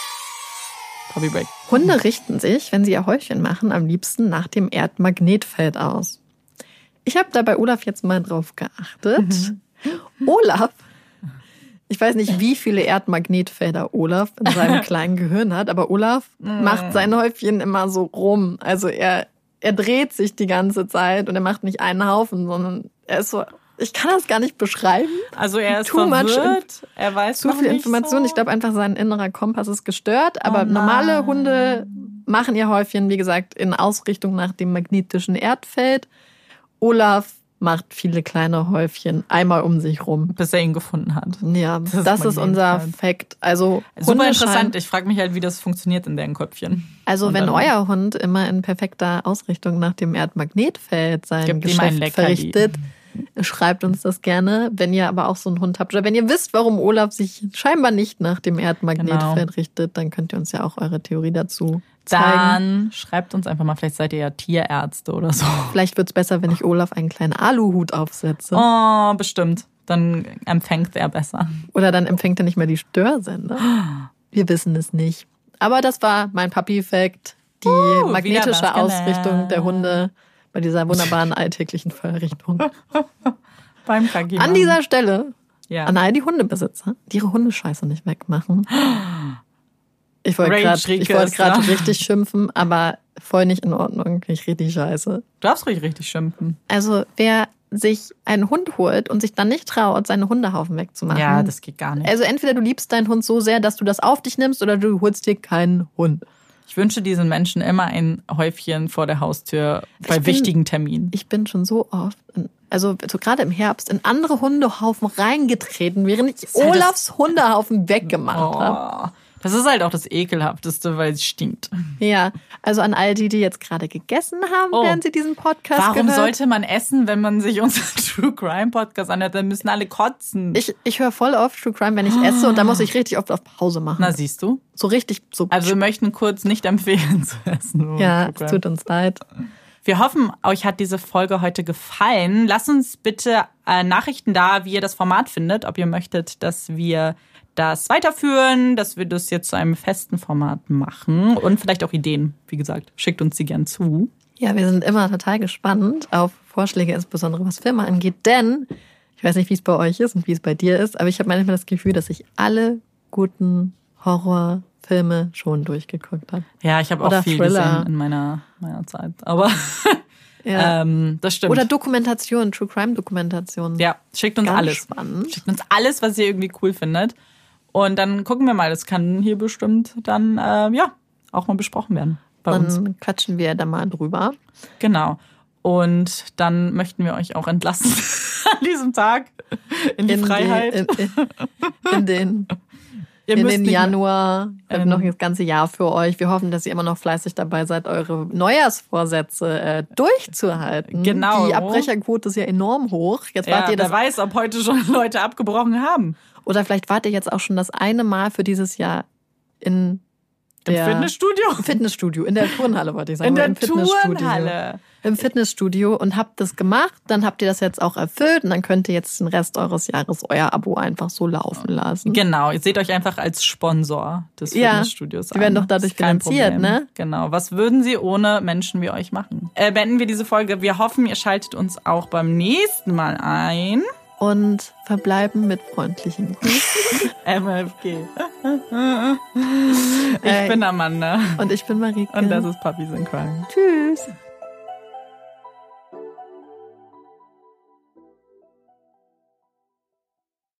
Coffee Break. Hunde richten sich, wenn sie ihr Häufchen machen, am liebsten nach dem Erdmagnetfeld aus. Ich habe da bei Olaf jetzt mal drauf geachtet. Olaf, ich weiß nicht, wie viele Erdmagnetfelder Olaf in seinem kleinen Gehirn hat, aber Olaf macht sein Häufchen immer so rum. Also er dreht sich die ganze Zeit und er macht nicht einen Haufen, sondern er ist so, ich kann das gar nicht beschreiben. Also er ist verwirrt, er weiß zu viel Information. So. Ich glaube einfach, sein innerer Kompass ist gestört, aber normale Hunde machen ihr Häufchen, wie gesagt, in Ausrichtung nach dem magnetischen Erdfeld. Olaf macht viele kleine Häufchen einmal um sich rum. Bis er ihn gefunden hat. Ja, das ist unser Fact. Also super interessant. Ich frage mich halt, wie das funktioniert in deren Köpfchen. Also wenn euer Hund immer in perfekter Ausrichtung nach dem Erdmagnetfeld sein Geschäft verrichtet, schreibt uns das gerne. Wenn ihr aber auch so einen Hund habt oder wenn ihr wisst, warum Olaf sich scheinbar nicht nach dem Erdmagnetfeld richtet, dann könnt ihr uns ja auch eure Theorie dazu zeigen. Dann schreibt uns einfach mal, vielleicht seid ihr ja Tierärzte oder so. Vielleicht wird es besser, wenn ich Olaf einen kleinen Aluhut aufsetze. Oh, bestimmt. Dann empfängt er besser. Oder dann empfängt er nicht mehr die Störsender. Wir wissen es nicht. Aber das war mein Papi-Fact. Die magnetische Ausrichtung der Hunde bei dieser wunderbaren alltäglichen Verrichtung. Beim KG. An dieser Stelle, an all die Hundebesitzer, die ihre Hundescheiße nicht wegmachen. Ich wollte gerade richtig schimpfen, aber voll nicht in Ordnung. Ich richtig scheiße. Du darfst ruhig richtig schimpfen. Also wer sich einen Hund holt und sich dann nicht traut, seine Hundehaufen wegzumachen. Ja, das geht gar nicht. Also entweder du liebst deinen Hund so sehr, dass du das auf dich nimmst, oder du holst dir keinen Hund. Ich wünsche diesen Menschen immer ein Häufchen vor der Haustür bei wichtigen Terminen. Ich bin schon so oft, also so gerade im Herbst, in andere Hundehaufen reingetreten, während ich Olafs Hundehaufen weggemacht habe. Das ist halt auch das Ekelhafteste, weil es stinkt. Ja, also an all die jetzt gerade gegessen haben, während sie diesen Podcast Warum sollte man essen, wenn man sich unseren True Crime Podcast anhört? Dann müssen alle kotzen. Ich höre voll oft True Crime, wenn ich esse, und da muss ich richtig oft auf Pause machen. Na, siehst du? So richtig. So. Also wir möchten kurz nicht empfehlen zu essen. Ja, es tut uns leid. Wir hoffen, euch hat diese Folge heute gefallen. Lasst uns bitte Nachrichten da, wie ihr das Format findet. Ob ihr möchtet, dass wir das weiterführen, dass wir das jetzt zu einem festen Format machen und vielleicht auch Ideen. Wie gesagt, schickt uns die gern zu. Ja, wir sind immer total gespannt auf Vorschläge, insbesondere was Filme angeht, denn ich weiß nicht, wie es bei euch ist und wie es bei dir ist, aber ich habe manchmal das Gefühl, dass ich alle guten Horrorfilme schon durchgeguckt habe. Ja, ich habe auch viel gesehen in meiner Zeit, aber ja. Das stimmt. Oder Dokumentation, True Crime Dokumentation. Ja, schickt uns Ganz alles. Spannend. Schickt uns alles, was ihr irgendwie cool findet. Und dann gucken wir mal, das kann hier bestimmt dann auch mal besprochen werden bei uns. Dann quatschen wir da mal drüber. Genau. Und dann möchten wir euch auch entlassen an diesem Tag in die Freiheit. In den Januar. Wir haben noch das ganze Jahr für euch. Wir hoffen, dass ihr immer noch fleißig dabei seid, eure Neujahrsvorsätze durchzuhalten. Genau. Die Abbrecherquote ist ja enormum hoch. Jetzt wart ihr wer weiß, ob heute schon Leute abgebrochen haben. Oder vielleicht wart ihr jetzt auch schon das eine Mal für dieses Jahr im Fitnessstudio? Im Fitnessstudio, in der Turnhalle wollte ich sagen. In der Turnhalle. Im Fitnessstudio und habt das gemacht, dann habt ihr das jetzt auch erfüllt und dann könnt ihr jetzt den Rest eures Jahres euer Abo einfach so laufen lassen. Genau, ihr seht euch einfach als Sponsor des Fitnessstudios an. Die werden doch dadurch finanziert, ne? Genau, was würden sie ohne Menschen wie euch machen? Beenden wir diese Folge. Wir hoffen, ihr schaltet uns auch beim nächsten Mal ein. Und verbleiben mit freundlichen Grüßen. MFG. Ich bin Amanda. Und ich bin Marike. Und das ist Puppies in Crime. Tschüss.